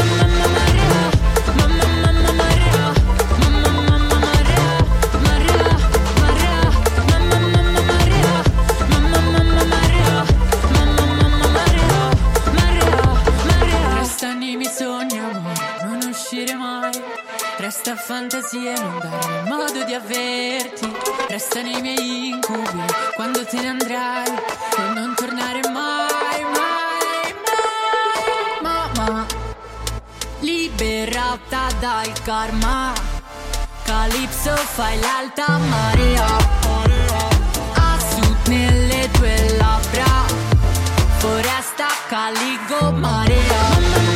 Resta fantasia, non dare modo di averti. Resta nei miei incubi quando te ne andrai e non tornare mai, mai, mai. Mamma, liberata dal karma, Calypso fai l'alta marea, a sud nelle tue labbra, foresta Caligo marea.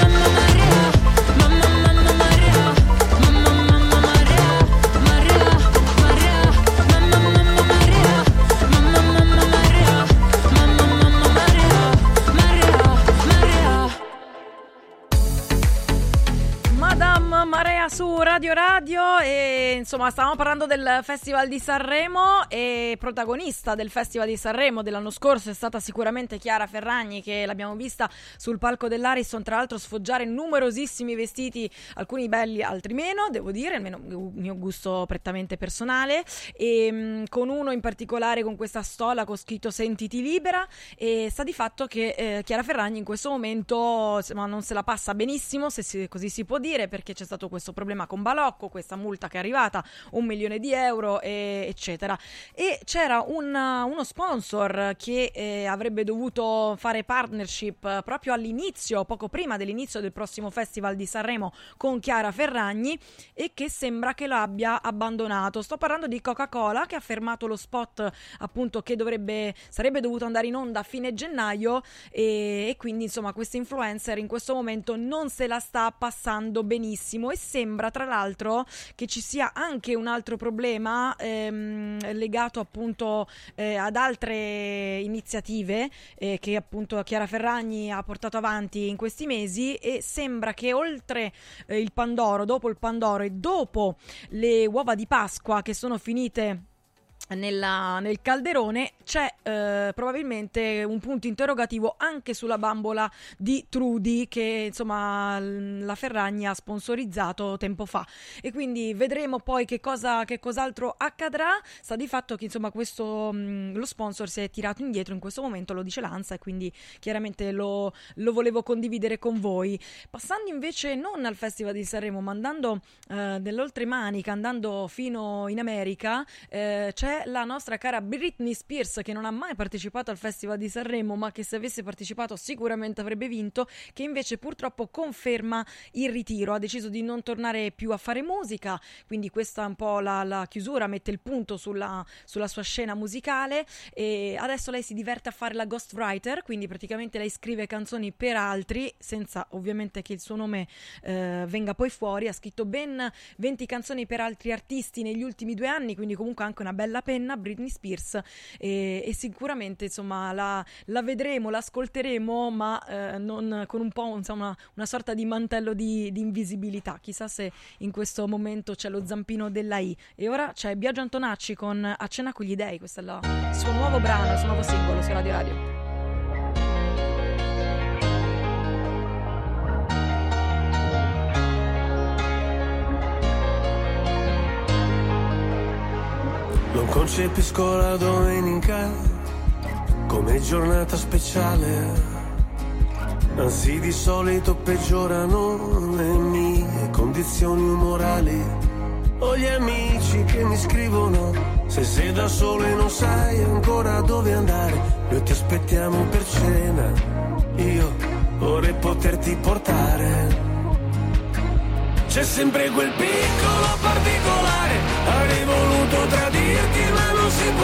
Marea su Radio Radio e insomma stavamo parlando del Festival di Sanremo e protagonista del Festival di Sanremo dell'anno scorso è stata sicuramente Chiara Ferragni, che l'abbiamo vista sul palco dell'Ariston tra l'altro sfoggiare numerosissimi vestiti, alcuni belli altri meno, devo dire, almeno mio gusto prettamente personale, e mh, con uno in particolare con questa stola con scritto Sentiti libera, e sta di fatto che eh, Chiara Ferragni in questo momento insomma, non se la passa benissimo, se si, così si può dire, perché c'è stato questo problema con Balocco, questa multa che è arrivata, un milione di euro, e, eccetera. E c'era un, uno sponsor che eh, avrebbe dovuto fare partnership proprio all'inizio, poco prima dell'inizio del prossimo Festival di Sanremo con Chiara Ferragni, e che sembra che l'abbia abbandonato. Sto parlando di Coca-Cola, che ha fermato lo spot appunto che dovrebbe sarebbe dovuto andare in onda a fine gennaio, e, e quindi insomma questo influencer in questo momento non se la sta passando benissimo, e sembra tra l'altro che ci sia anche un altro problema ehm, legato appunto eh, ad altre iniziative eh, che appunto Chiara Ferragni ha portato avanti in questi mesi, e sembra che oltre eh, il Pandoro, dopo il Pandoro e dopo le uova di Pasqua che sono finite Nella, nel calderone, c'è eh, probabilmente un punto interrogativo anche sulla bambola di Trudy che insomma la Ferragni ha sponsorizzato tempo fa, e quindi vedremo poi che cosa che cos'altro accadrà. Sta di fatto che insomma questo mh, lo sponsor si è tirato indietro in questo momento, lo dice l'ANSA, e quindi chiaramente lo, lo volevo condividere con voi. Passando invece non al Festival di Sanremo, ma andando eh, dell'oltremanica, andando fino in America, eh, c'è la nostra cara Britney Spears, che non ha mai partecipato al Festival di Sanremo, ma che se avesse partecipato sicuramente avrebbe vinto, che invece purtroppo conferma il ritiro, ha deciso di non tornare più a fare musica, quindi questa è un po' la, la chiusura, mette il punto sulla, sulla sua scena musicale, e adesso lei si diverte a fare la ghostwriter, quindi praticamente lei scrive canzoni per altri senza ovviamente che il suo nome eh, venga poi fuori. Ha scritto ben venti canzoni per altri artisti negli ultimi due anni, quindi comunque anche una bella penna Britney Spears, e, e sicuramente insomma la, la vedremo, l'ascolteremo, ma eh, non, con un po' insomma una sorta di mantello di, di invisibilità. Chissà se in questo momento c'è lo zampino della I. E ora c'è Biagio Antonacci con A cena con gli dei, questo è la, il suo nuovo brano, il suo nuovo singolo su Radio Radio. Non concepisco la domenica come giornata speciale, anzi di solito peggiorano le mie condizioni umorali. Ho gli amici che mi scrivono: se sei da solo e non sai ancora dove andare, noi ti aspettiamo per cena, io vorrei poterti portare. C'è sempre quel piccolo particolare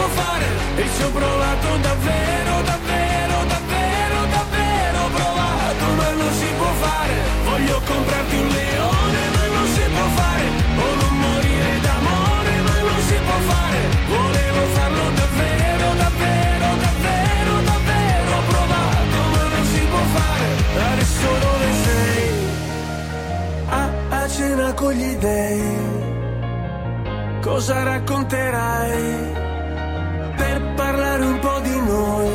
fare, e ci ho provato davvero, davvero, davvero, davvero provato, ma non si può fare. Voglio comprarti un leone, ma non si può fare, o non morire d'amore, ma non si può fare. Volevo farlo davvero, davvero, davvero, davvero provato, ma non si può fare. Adesso dove sei? A, a cena con gli dèi. Cosa racconterai per parlare un po' di noi?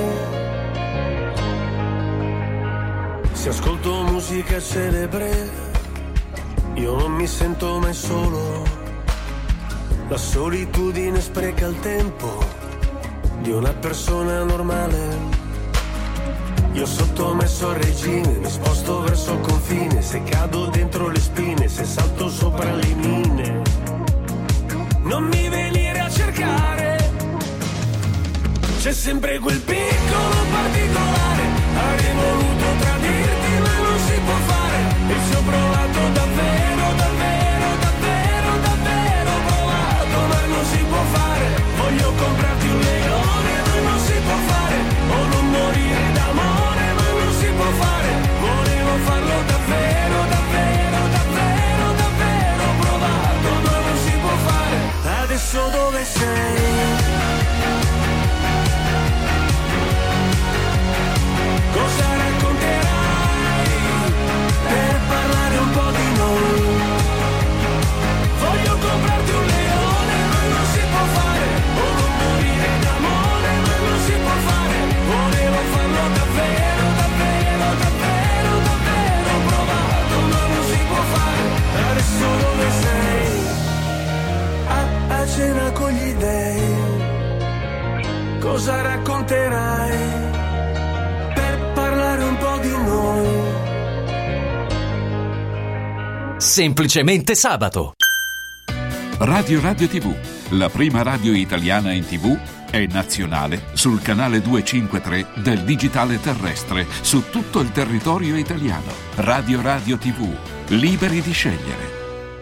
Se ascolto musica celebre, io non mi sento mai solo. La solitudine spreca il tempo di una persona normale. Io sottomesso al regime, mi sposto verso il confine. Se cado dentro le spine, se salto sopra le mine, non mi venire a cercare. C'è sempre quel piccolo particolare. Avrei voluto tradirti ma non si può fare. E ci ho provato davvero, davvero, davvero, davvero provato, ma non si può fare. Voglio comprarti un leone ma non si può fare, o non morire d'amore ma non si può fare. Volevo farlo davvero, davvero, davvero, davvero provato, ma non si può fare. Adesso dove sei? Cosa racconterai per parlare un po' di noi? Voglio comprarti un leone ma non si può fare, o non morire d'amore ma non si può fare. Volevo farlo davvero, davvero, davvero, davvero provato, ma non si può fare. Adesso dove sei? A, a cena con gli dèi. Cosa racconterai un po' di noi? Semplicemente sabato. Radio Radio tivù, la prima radio italiana in tivù, è nazionale sul canale duecentocinquantatré del digitale terrestre su tutto il territorio italiano. Radio Radio tivù, liberi di scegliere.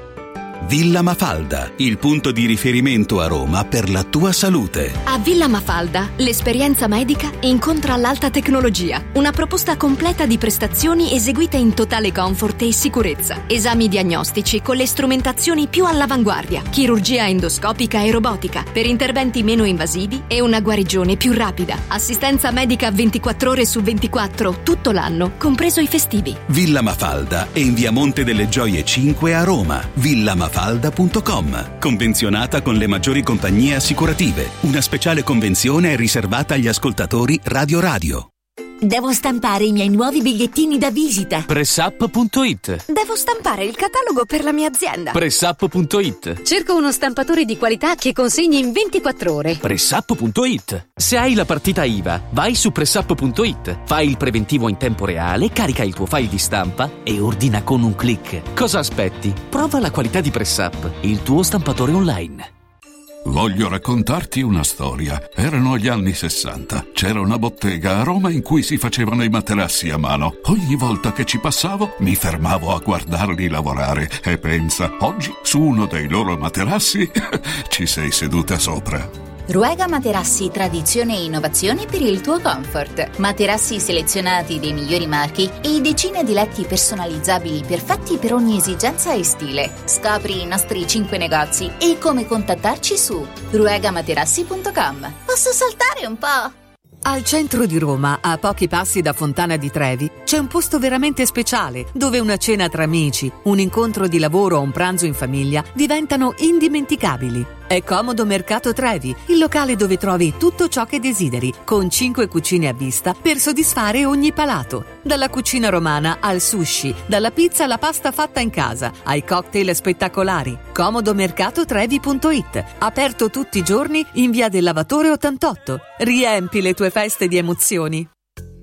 Villa Mafalda, il punto di riferimento a Roma per la tua salute. A Villa Mafalda, l'esperienza medica incontra l'alta tecnologia. Una proposta completa di prestazioni eseguite in totale comfort e sicurezza. Esami diagnostici con le strumentazioni più all'avanguardia. Chirurgia endoscopica e robotica per interventi meno invasivi e una guarigione più rapida. Assistenza medica ventiquattro ore su ventiquattro tutto l'anno, compreso i festivi. Villa Mafalda è in via Monte delle Gioie cinque a Roma. Villa Mafalda punto com. Convenzionata con le maggiori compagnie assicurative. Una speciale convenzione è riservata agli ascoltatori Radio Radio. Devo stampare i miei nuovi bigliettini da visita. Pressup punto it. Devo stampare il catalogo per la mia azienda. Pressup punto it. Cerco uno stampatore di qualità che consegni in ventiquattro ore. Pressup punto it. Se hai la partita I V A, vai su Pressup punto it. Fai il preventivo in tempo reale, carica il tuo file di stampa e ordina con un click. Cosa aspetti? Prova la qualità di Pressup, il tuo stampatore online. Voglio raccontarti una storia. Erano gli anni sessanta. C'era una bottega a Roma in cui si facevano i materassi a mano. Ogni volta che ci passavo mi fermavo a guardarli lavorare e pensa, oggi su uno dei loro materassi ci sei seduta sopra. Ruega Materassi, tradizione e innovazione per il tuo comfort. Materassi selezionati dei migliori marchi e decine di letti personalizzabili perfetti per ogni esigenza e stile. Scopri i nostri cinque negozi e come contattarci su ruega materassi punto com. Posso saltare un po'? Al centro di Roma, a pochi passi da Fontana di Trevi, c'è un posto veramente speciale dove una cena tra amici, un incontro di lavoro o un pranzo in famiglia diventano indimenticabili. È Comodo Mercato Trevi, il locale dove trovi tutto ciò che desideri, con cinque cucine a vista per soddisfare ogni palato. Dalla cucina romana al sushi, dalla pizza alla pasta fatta in casa, ai cocktail spettacolari. comodo mercato trevi punto it, aperto tutti i giorni in via del Lavatore ottantotto. Riempi le tue feste di emozioni.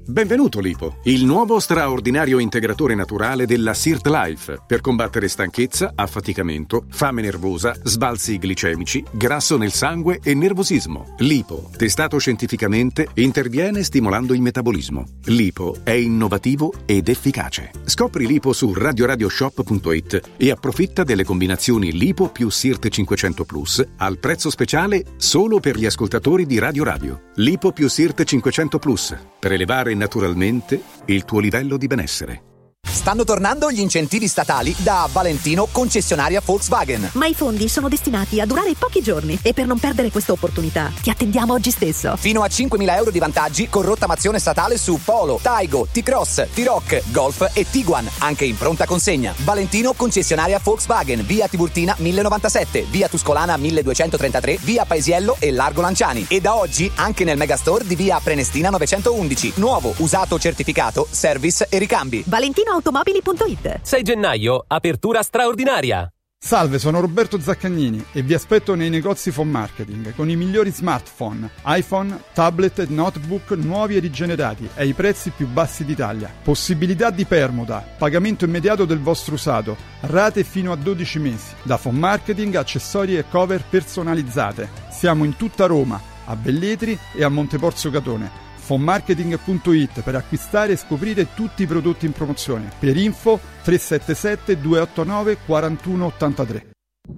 Benvenuto Lipo, il nuovo straordinario integratore naturale della Sirt Life per combattere stanchezza, affaticamento, fame nervosa, sbalzi glicemici, grasso nel sangue e nervosismo. Lipo, testato scientificamente, interviene stimolando il metabolismo. Lipo è innovativo ed efficace. Scopri Lipo su radio radio shop punto it e approfitta delle combinazioni Lipo più Sirt cinquecento Plus al prezzo speciale solo per gli ascoltatori di Radio Radio. Lipo più Sirt cinquecento Plus per elevare naturalmente il tuo livello di benessere. Stanno tornando gli incentivi statali da Valentino concessionaria Volkswagen. Ma i fondi sono destinati a durare pochi giorni e per non perdere questa opportunità ti attendiamo oggi stesso. Fino a cinquemila euro di vantaggi con rottamazione statale su Polo, Taigo, T-Cross, T-Roc, Golf e Tiguan, anche in pronta consegna. Valentino concessionaria Volkswagen, via Tiburtina mille novantasette, via Tuscolana milleduecentotrentatré, via Paesiello e Largo Lanciani. E da oggi anche nel megastore di via Prenestina novecentoundici. Nuovo, usato, certificato, service e ricambi. Valentino automobili punto it. sei gennaio, apertura straordinaria. Salve, sono Roberto Zaccagnini e vi aspetto nei negozi Phone Marketing con i migliori smartphone, iPhone, tablet e notebook nuovi e rigenerati ai prezzi più bassi d'Italia. Possibilità di permuta, pagamento immediato del vostro usato, rate fino a dodici mesi. Da Phone Marketing, accessori e cover personalizzate. Siamo in tutta Roma, a Velletri e a Monteporzio Catone. phone marketing punto it per acquistare e scoprire tutti i prodotti in promozione. Per info tre sette sette due otto nove quattro uno otto tre.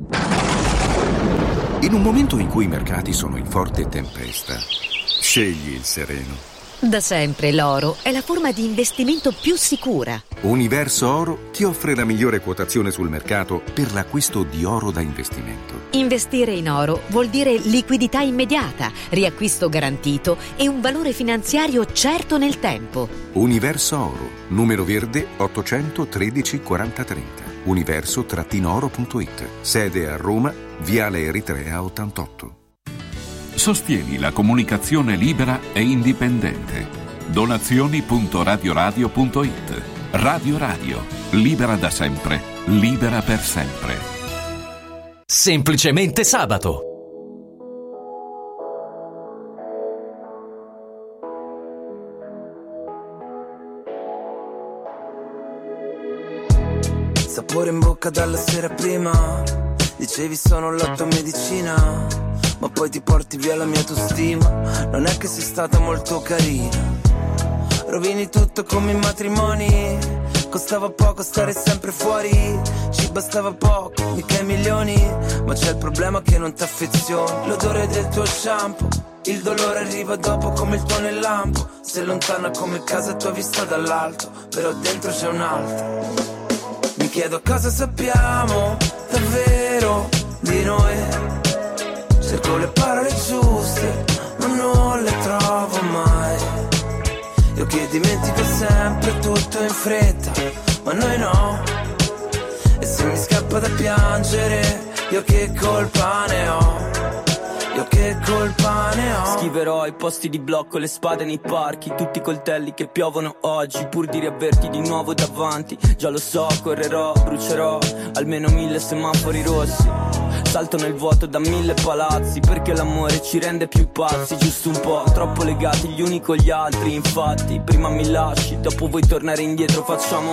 In un momento in cui i mercati sono in forte tempesta, scegli il sereno. Da sempre l'oro è la forma di investimento più sicura. Universo Oro ti offre la migliore quotazione sul mercato per l'acquisto di oro da investimento. Investire in oro vuol dire liquidità immediata, riacquisto garantito e un valore finanziario certo nel tempo. Universo Oro, numero verde ottocentotredici quaranta trenta. universo oro punto it. Sede a Roma, Viale Eritrea ottantotto. Sostieni la comunicazione libera e indipendente. Donazioni punto radio radio punto it. Radio Radio, libera da sempre, libera per sempre. Semplicemente sabato. Sapore in bocca dalla sera prima, dicevi sono la tua medicina, ma poi ti porti via la mia autostima. Non è che sei stata molto carina, rovini tutto come i matrimoni. Costava poco stare sempre fuori, ci bastava poco, mica i milioni. Ma c'è il problema che non t'affezioni. L'odore del tuo shampoo, il dolore arriva dopo come il tuo nel lampo. Sei lontana come casa tua vista dall'alto, però dentro c'è un altro. Mi chiedo cosa sappiamo davvero di noi. Cerco le parole giuste, ma non le trovo mai. Io che dimentico sempre tutto in fretta, ma noi no. E se mi scappa da piangere, io che colpa ne ho? Io che colpa ne ho? Scriverò i posti di blocco, le spade nei parchi, tutti i coltelli che piovono oggi, pur di riaverti di nuovo davanti. Già lo so, correrò, brucerò almeno mille semafori rossi. Salto nel vuoto da mille palazzi, perché l'amore ci rende più pazzi. Giusto un po', troppo legati gli uni con gli altri. Infatti, prima mi lasci, dopo vuoi tornare indietro, facciamo.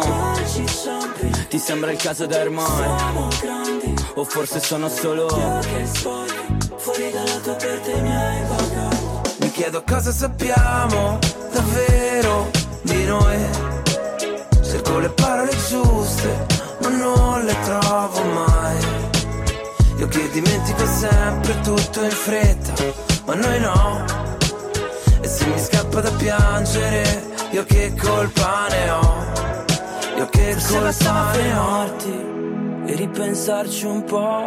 Ti sembra il caso da ormai? O forse sono solo io che sbaglio, fuori dalla tua porta i miei bagagli. Mi chiedo cosa sappiamo davvero di noi. Cerco le parole giuste, ma non le trovo mai. Io che dimentico sempre tutto in fretta, ma noi no. E se mi scappa da piangere, io che colpa ne ho? Io che Forse colpa ne ho? fermarti e ripensarci un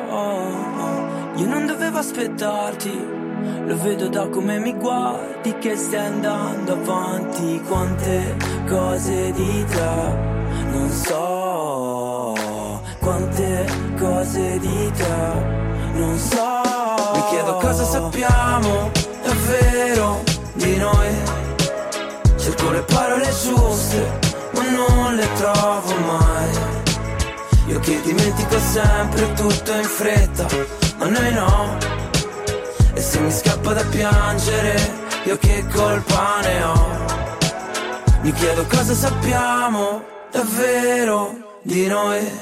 po'. Io non dovevo aspettarti, lo vedo da come mi guardi che stai andando avanti. Quante cose di te non so, quante cose di te non so. Mi chiedo cosa sappiamo davvero di noi. Cerco le parole giuste, ma non le trovo mai. Io che dimentico sempre tutto in fretta, ma noi no. E se mi scappa da piangere, io che colpa ne ho? Mi chiedo cosa sappiamo davvero di noi.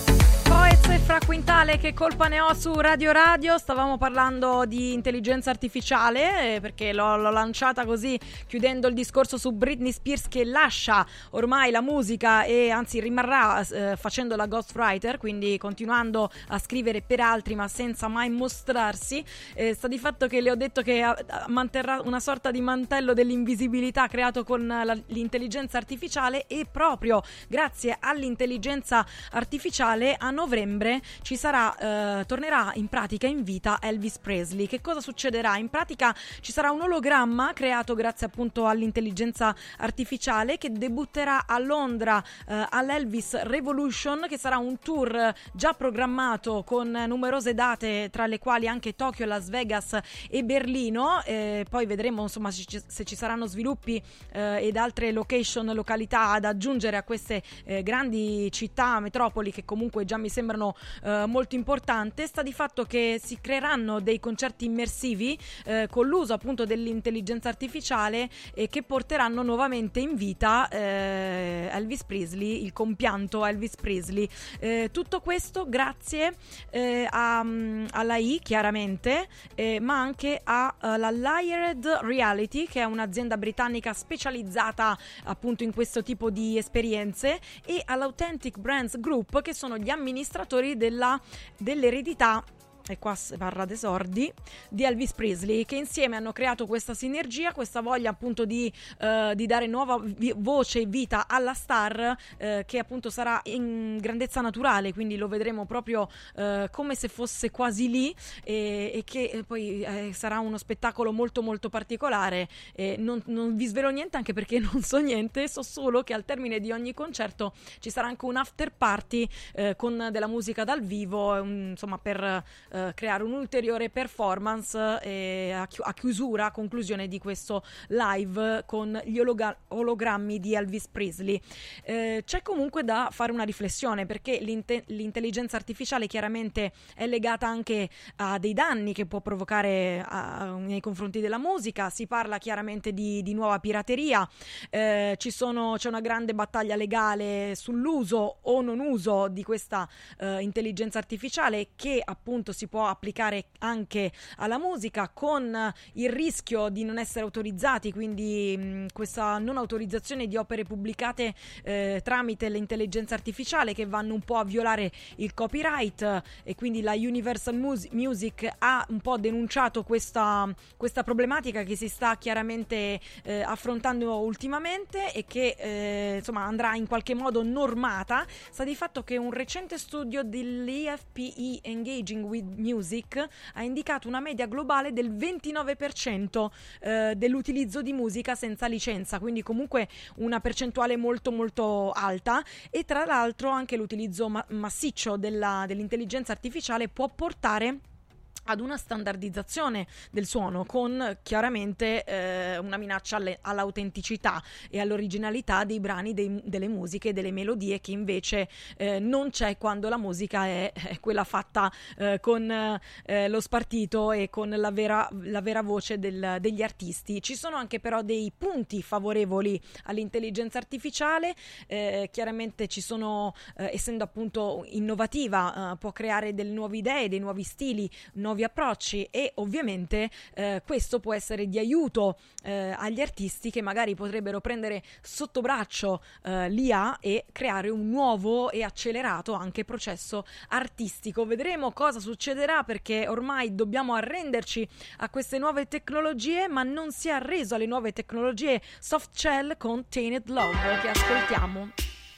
Coez e Fra Quintale, che colpa ne ho su Radio Radio. Stavamo parlando di intelligenza artificiale, eh, perché l'ho, l'ho lanciata così, chiudendo il discorso su Britney Spears, che lascia ormai la musica e anzi rimarrà eh, facendo la ghostwriter, quindi continuando a scrivere per altri ma senza mai mostrarsi. Eh, sta di fatto che le ho detto che a, a manterrà una sorta di mantello dell'invisibilità creato con la, l'intelligenza artificiale, e proprio grazie all'intelligenza artificiale a novembre ci sarà, eh, tornerà in pratica in vita Elvis Presley. Che cosa succederà? In pratica ci sarà un ologramma creato grazie appunto all'intelligenza artificiale, che debutterà a Londra eh, all'Elvis Revolution, che sarà un tour già programmato con numerose date, tra le quali anche Tokyo, Las Vegas e Berlino. Eh, poi vedremo insomma se ci, se ci saranno sviluppi eh, ed altre location, località ad aggiungere a queste eh, grandi città, metropoli, che comunque già mi sembrano eh, molto importanti. Sta di fatto che si creeranno dei concerti immersivi eh, con l'uso appunto dell'intelligenza artificiale, e che porteranno nuovamente in vita eh, Elvis Presley, il compianto Elvis Presley. Eh, tutto questo grazie eh, a, alla I, chiaramente, eh, ma anche alla Layered Reality, che è un'azienda britannica specializzata appunto in questo tipo di esperienze, e all'Authentic Brands Group, che sono gli amministratori della, dell'eredità, e qua si parla dei sordi, di Elvis Presley, che insieme hanno creato questa sinergia, questa voglia appunto di, uh, di dare nuova vi- voce e vita alla star, uh, che appunto sarà in grandezza naturale, quindi lo vedremo proprio uh, come se fosse quasi lì, e, e che eh, poi eh, sarà uno spettacolo molto molto particolare. Eh, non, non vi svelo niente, anche perché non so niente, so solo che al termine di ogni concerto ci sarà anche un after party eh, con della musica dal vivo, um, insomma per Uh, creare un'ulteriore performance eh, a, chi- a chiusura, a conclusione di questo live con gli ologa- ologrammi di Elvis Presley. Eh, c'è comunque da fare una riflessione, perché l'inte- l'intelligenza artificiale chiaramente è legata anche a dei danni che può provocare a- nei confronti della musica. Si parla chiaramente di, di nuova pirateria, eh, ci sono, c'è una grande battaglia legale sull'uso o non uso di questa eh, intelligenza artificiale, che appunto si può applicare anche alla musica, con il rischio di non essere autorizzati, quindi mh, questa non autorizzazione di opere pubblicate eh, tramite l'intelligenza artificiale, che vanno un po' a violare il copyright, e quindi la Universal Mus- Music ha un po' denunciato questa, questa problematica che si sta chiaramente eh, affrontando ultimamente, e che eh, insomma andrà in qualche modo normata. Sta di fatto che un recente studio dell'E F P I Engaging with Music ha indicato una media globale del ventinove per cento eh, dell'utilizzo di musica senza licenza, quindi comunque una percentuale molto molto alta. E tra l'altro anche l'utilizzo ma- massiccio della, dell'intelligenza artificiale può portare ad una standardizzazione del suono, con chiaramente eh, una minaccia alle, all'autenticità e all'originalità dei brani, dei, delle musiche, delle melodie, che invece eh, non c'è quando la musica è, è quella fatta eh, con eh, lo spartito e con la vera, la vera voce del, degli artisti. Ci sono anche però dei punti favorevoli all'intelligenza artificiale, eh, chiaramente ci sono, eh, essendo appunto innovativa, eh, può creare delle nuove idee, dei nuovi stili, nuovi approcci, e ovviamente eh, questo può essere di aiuto eh, agli artisti, che magari potrebbero prendere sotto braccio eh, l'I A e creare un nuovo e accelerato anche processo artistico. Vedremo cosa succederà, perché ormai dobbiamo arrenderci a queste nuove tecnologie, ma non si è arreso alle nuove tecnologie Softshell con Tainted Love, che ascoltiamo.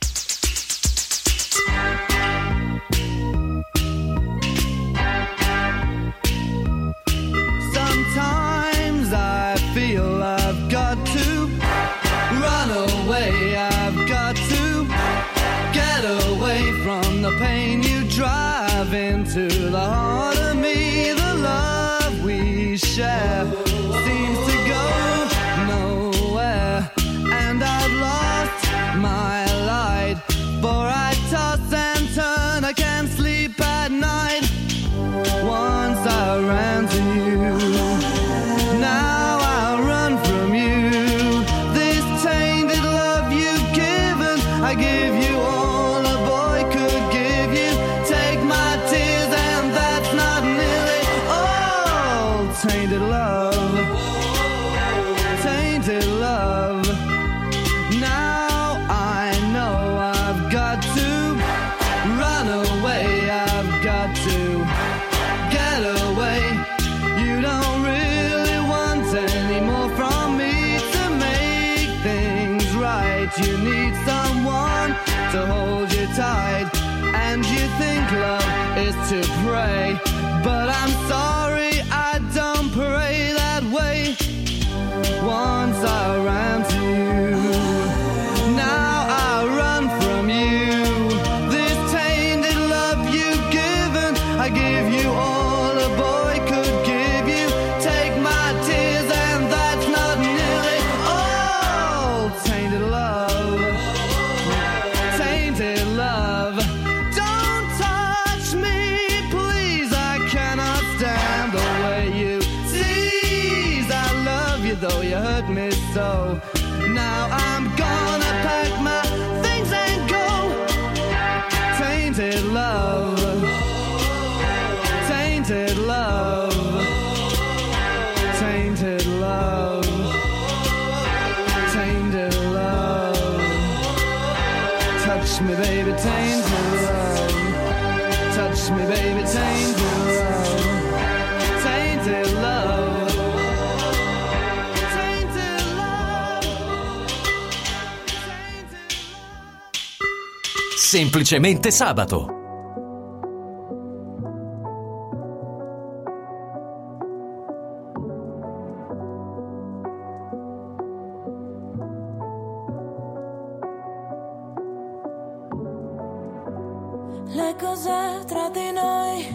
Sometimes I feel I've got to run away, I've got to get away from the pain you drive into the heart of me. The love we share seems to go nowhere, and I've lost my light, for I toss and tainted love, tainted love. Now I know I've got to run away, I've got to get away. You don't really want any more from me to make things right. You need someone to hold you tight, and you think love is to pray, but I'm sorry, I don't pray that way. Once I ran to you, now I run from you. This tainted love you've given, I give you all a boy could give you. Take my tears and that's not nearly all. Tainted love, tainted love. Don't touch me, please, I cannot stand the way you tease. I love you though you hurt me so. Now I'm gonna pack my things and go. Tainted love, tainted love, tainted love, tainted love. Touch me baby, tainted love. Touch me baby, tainted love. Tainted love. Semplicemente sabato. Le cose tra di noi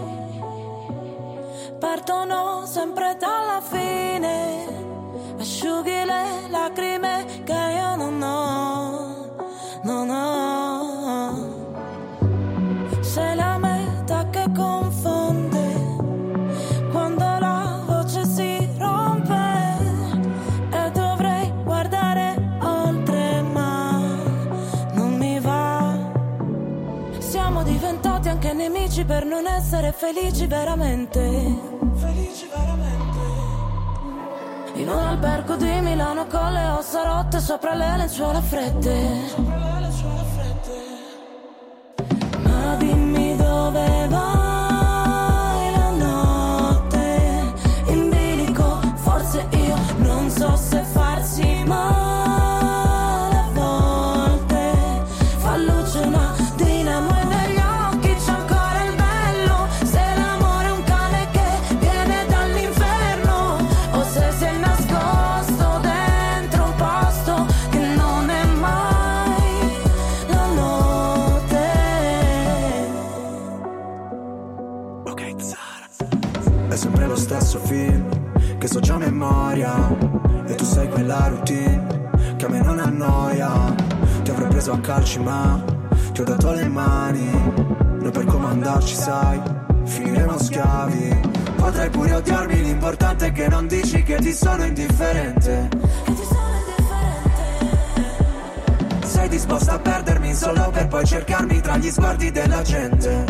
partono sempre dalla fine. Asciughi le lacrime che io non ho, non ho. Sei la meta che confonde quando la voce si rompe e dovrei guardare oltre ma non mi va. Siamo diventati anche nemici per non essere felici veramente. Felici veramente. In un albergo di Milano con le ossa rotte sopra le lenzuola fredde. Sopra le lenzuola fredde. Ma dimmi dove vai la notte in bilico. Forse io non so se farsi male a volte. Fa luce una dinamo e negli occhi c'è ancora il bello. Se l'amore è un cane che viene dall'inferno o se si è nascosto dentro un posto che non è mai la notte. Ok, Zara. È sempre lo stesso film che so già a memoria e tu sai quella routine che a me non annoia. Ti avrei preso a calci ma ti ho dato le mani. Noi per comandarci sai finiremo schiavi. Potrai pure odiarmi, l'importante è che non dici che ti sono indifferente. Che ti sono indifferente. Sei disposta a perdermi solo per poi cercarmi tra gli sguardi della gente.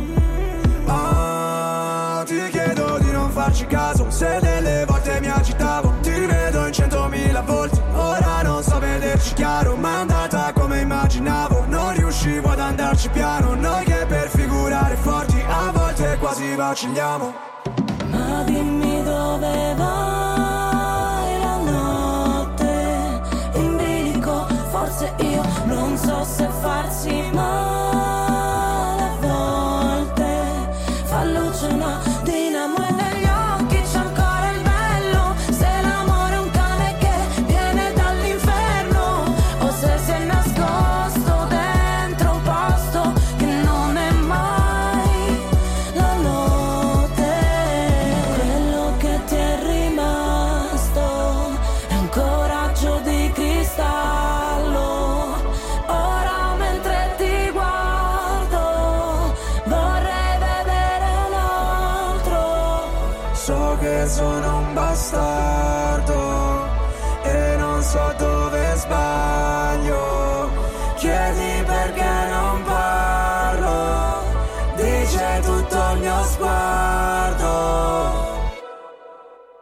Ah, ti chiedo di non farci caso se delle volte mi agitavo. Ti rivedo in centomila volti. Ora non so vederci chiaro, ma è andata come immaginavo. Non riuscivo ad andarci piano. Noi che per figurare forti a volte quasi vacilliamo. Ma dimmi dove vai la notte in bilico. Forse io non so se farsi male a volte. Fa luce una dinamo e negli occhi c'è ancora il bello. Se l'amore è un cane che viene dall'inferno o se si è nascosto dentro un posto che non è mai la notte. Quello che ti è rimasto è un coraggio di cristallo. Ora mentre ti guardo vorrei vedere un altro. So che sono un bastardo e non so dove sbaglio. Chiedi perché non parlo, dice tutto il mio sguardo.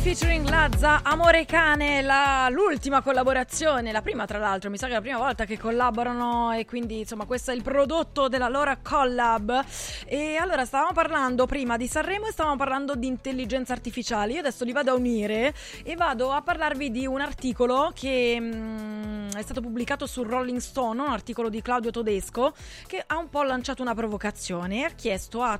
featuring Lazza, Amore Cane, la, l'ultima collaborazione, la prima tra l'altro, mi sa che è la prima volta che collaborano e quindi insomma questo è il prodotto della loro collab. E allora stavamo parlando prima di Sanremo e stavamo parlando di intelligenza artificiale. Io adesso li vado a unire e vado a parlarvi di un articolo che mh, è stato pubblicato su Rolling Stone, un articolo di Claudio Todesco che ha un po' lanciato una provocazione e ha chiesto a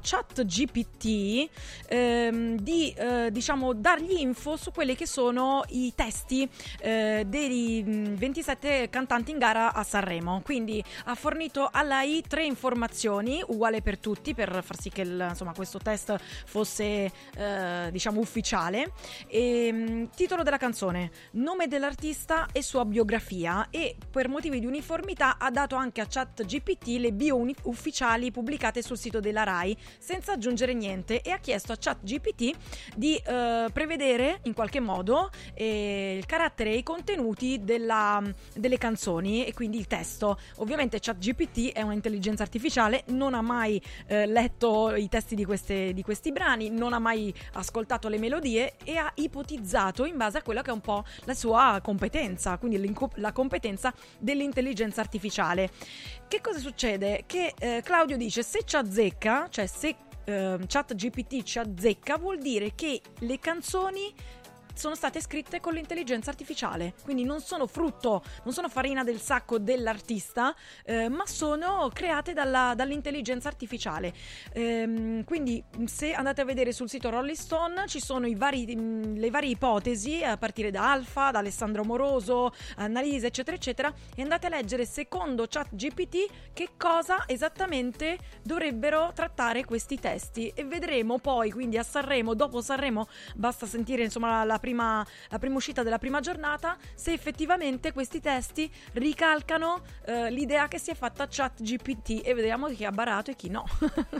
ChatGPT ehm, di eh, diciamo dargli info su quelli che sono i testi eh, dei ventisette cantanti in gara a Sanremo. Quindi ha fornito alla I tre informazioni uguale per tutti per far sì che il, insomma, questo test fosse eh, diciamo ufficiale. E, mh, titolo della canzone, nome dell'artista e sua biografia, e per motivi di uniformità ha dato anche a ChatGPT le bio uni- ufficiali pubblicate sul sito della Rai senza aggiungere niente, e ha chiesto a ChatGPT di eh, prevedere in qualche modo eh, il carattere e i contenuti della, delle canzoni e quindi il testo. Ovviamente ChatGPT è un'intelligenza artificiale, non ha mai eh, letto i testi di, queste, di questi brani, non ha mai ascoltato le melodie e ha ipotizzato in base a quella che è un po' la sua competenza, quindi la competenza dell'intelligenza artificiale. Che cosa succede? Che eh, Claudio dice se ci azzecca, cioè se Uh, ChatGPT ci azzecca, vuol dire che le canzoni sono state scritte con l'intelligenza artificiale, quindi non sono frutto, non sono farina del sacco dell'artista, eh, ma sono create dalla, dall'intelligenza artificiale. Ehm, quindi se andate a vedere sul sito Rolling Stone ci sono i vari, le varie ipotesi a partire da Alfa, da Alessandro Moroso, Annalisa eccetera eccetera, e andate a leggere secondo ChatGPT che cosa esattamente dovrebbero trattare questi testi, e vedremo poi quindi a Sanremo, dopo Sanremo basta sentire insomma la Prima, la prima uscita della prima giornata, se effettivamente questi testi ricalcano eh, l'idea che si è fatta ChatGPT, e vediamo chi ha barato e chi no.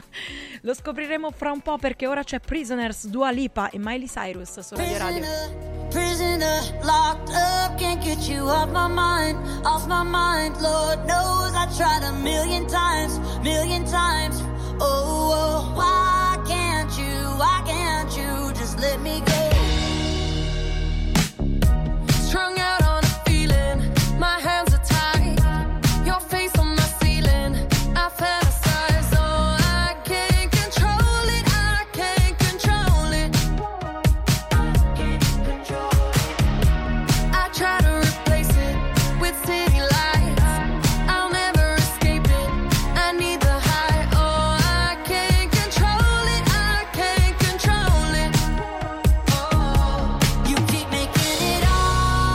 Lo scopriremo fra un po', perché ora c'è Prisoners, Dua Lipa e Miley Cyrus su Radio Radio. Prisoner, locked up, can't get you off my mind, off my mind. Lord knows I tried a million times, million times. Oh, oh, why can't you, why can't you just let me go? Strung out on a feeling, my hands are tied, your face on my ceiling, I fantasize, oh I can't control it, I can't control it, I can't control it, I try to replace it with city lights, I'll never escape it, I need the high, oh I can't control it, I can't control it, oh, you keep making it all.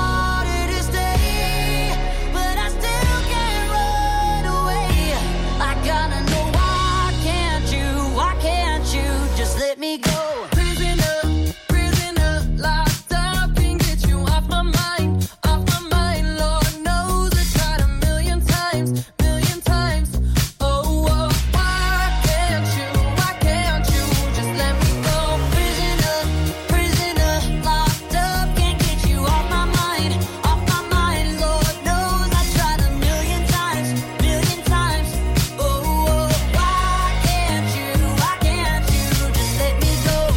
Let me go. Prisoner, prisoner, locked up, can't get you off my mind, off my mind. Lord knows I tried a million times, million times. Oh, oh, why can't you, why can't you just let me go? Prisoner, prisoner, locked up, can't get you off my mind, off my mind. Lord knows I tried a million times, million times. Oh, oh, why can't you, why can't you just let me go?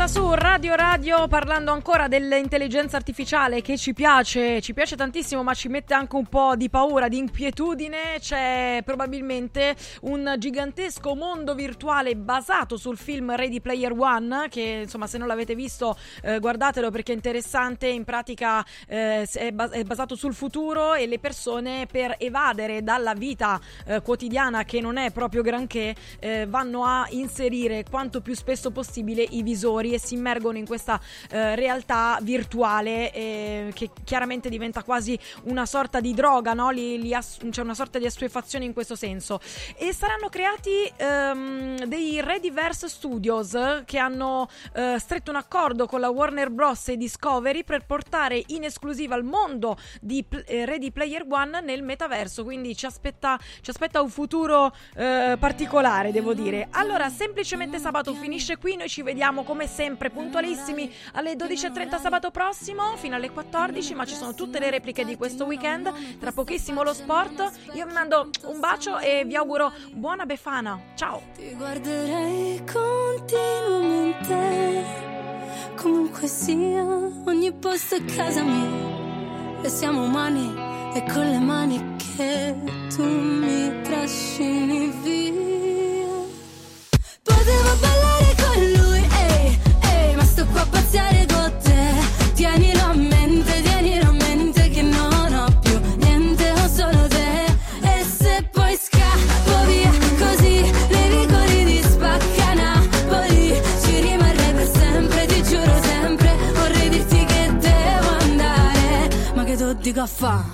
Befana su Radio Radio, parlando ancora dell'intelligenza artificiale che ci piace, ci piace tantissimo, ma ci mette anche un po' di paura, di inquietudine. C'è probabilmente un gigantesco mondo virtuale basato sul film Ready Player One, che insomma, se non l'avete visto eh, guardatelo perché è interessante. In pratica eh, è, bas- è basato sul futuro e le persone, per evadere dalla vita eh, quotidiana, che non è proprio granché, eh, vanno a inserire quanto più spesso possibile i visori e si immergono in questa eh, realtà virtuale eh, che chiaramente diventa quasi una sorta di droga, no? Li, li ass- c'è una sorta di assuefazione in questo senso. E saranno creati ehm, dei Rediverse Studios che hanno eh, stretto un accordo con la Warner Bros. E Discovery per portare in esclusiva il mondo di pl- eh, Ready Player One nel metaverso, quindi ci aspetta, ci aspetta un futuro eh, particolare, devo dire. Allora, semplicemente sabato finisce qui, noi ci vediamo come sempre puntualissimi alle dodici e trenta sabato prossimo fino alle quattordici, ma ci sono tutte le repliche di questo weekend, tra pochissimo lo sport. Io vi mando un bacio e vi auguro buona Befana, ciao. Ti guarderei continuamente, comunque sia, ogni posto è casa mia, e siamo umani e con le mani che tu mi trascini via. Potevo ballare con lui, ehi, ehi, ma sto qua a pazziare con te. Tienilo a mente, tienilo a mente che non ho più niente, ho solo te. E se poi scappo via così, nei vicoli di Spacca Napoli, ci rimarrei per sempre, ti giuro sempre. Vorrei dirti che devo andare, ma che tu dico a fa'?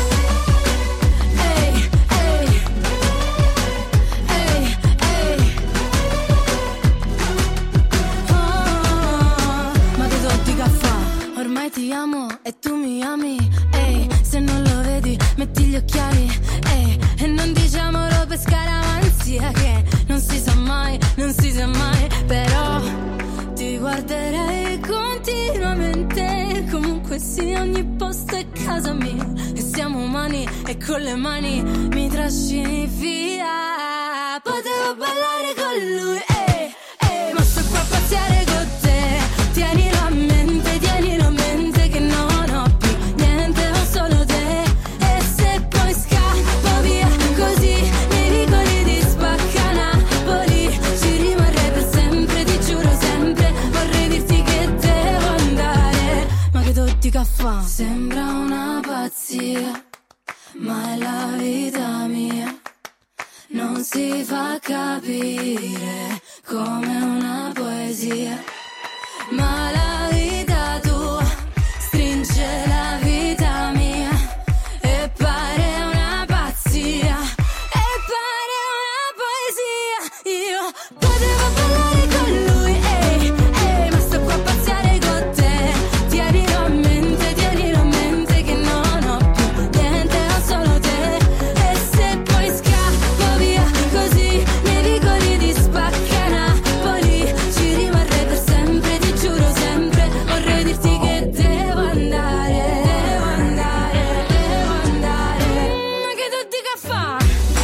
Ormai ti amo e tu mi ami, ehi, se non lo vedi metti gli occhiali, ehi, e non diciamolo per scaramanzia che non si sa mai, non si sa mai, però ti guarderei continuamente, comunque sia, ogni posto è casa mia, e siamo umani e con le mani mi trascini via. Potevo ballare con lui, ehi, ehi, ma sto qua a pazziare con te. Tienilo a mente, tienilo a mente che non ho più niente, ho solo te. E se poi scappo via così, nei vicoli di Spacca Napoli, ci rimarrei per sempre, ti giuro sempre. Vorrei dirti che devo andare, ma che tu dica fa'? Sembra una pazzia, ma è la vita mia. Non si fa capire come una poesia, ma la vita tua stringe la vita mia e pare una pazzia, e pare una poesia. Io potevo ballare con lui, ehi, ehi, ma sto qua a pazziare con te. Tienilo a mente, tienilo a mente che non ho più niente, ho solo te. E se poi scappo via così, nei vicoli di Spacca Napoli, ci rimarrei per sempre, ti giuro sempre. Vorrei dirti che devo andare, devo andare, devo andare, ma che tu dica fa'?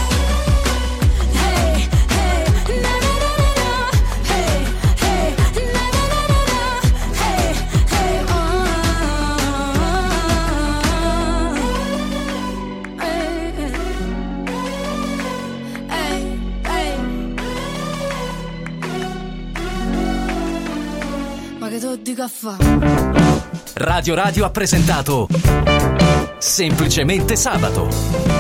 Hey, hey, na na na na na, hey, hey, na na na na na, hey, hey, oh, hey, hey, hey, ma che tu dica fa'? Radio Radio ha presentato Semplicemente Sabato.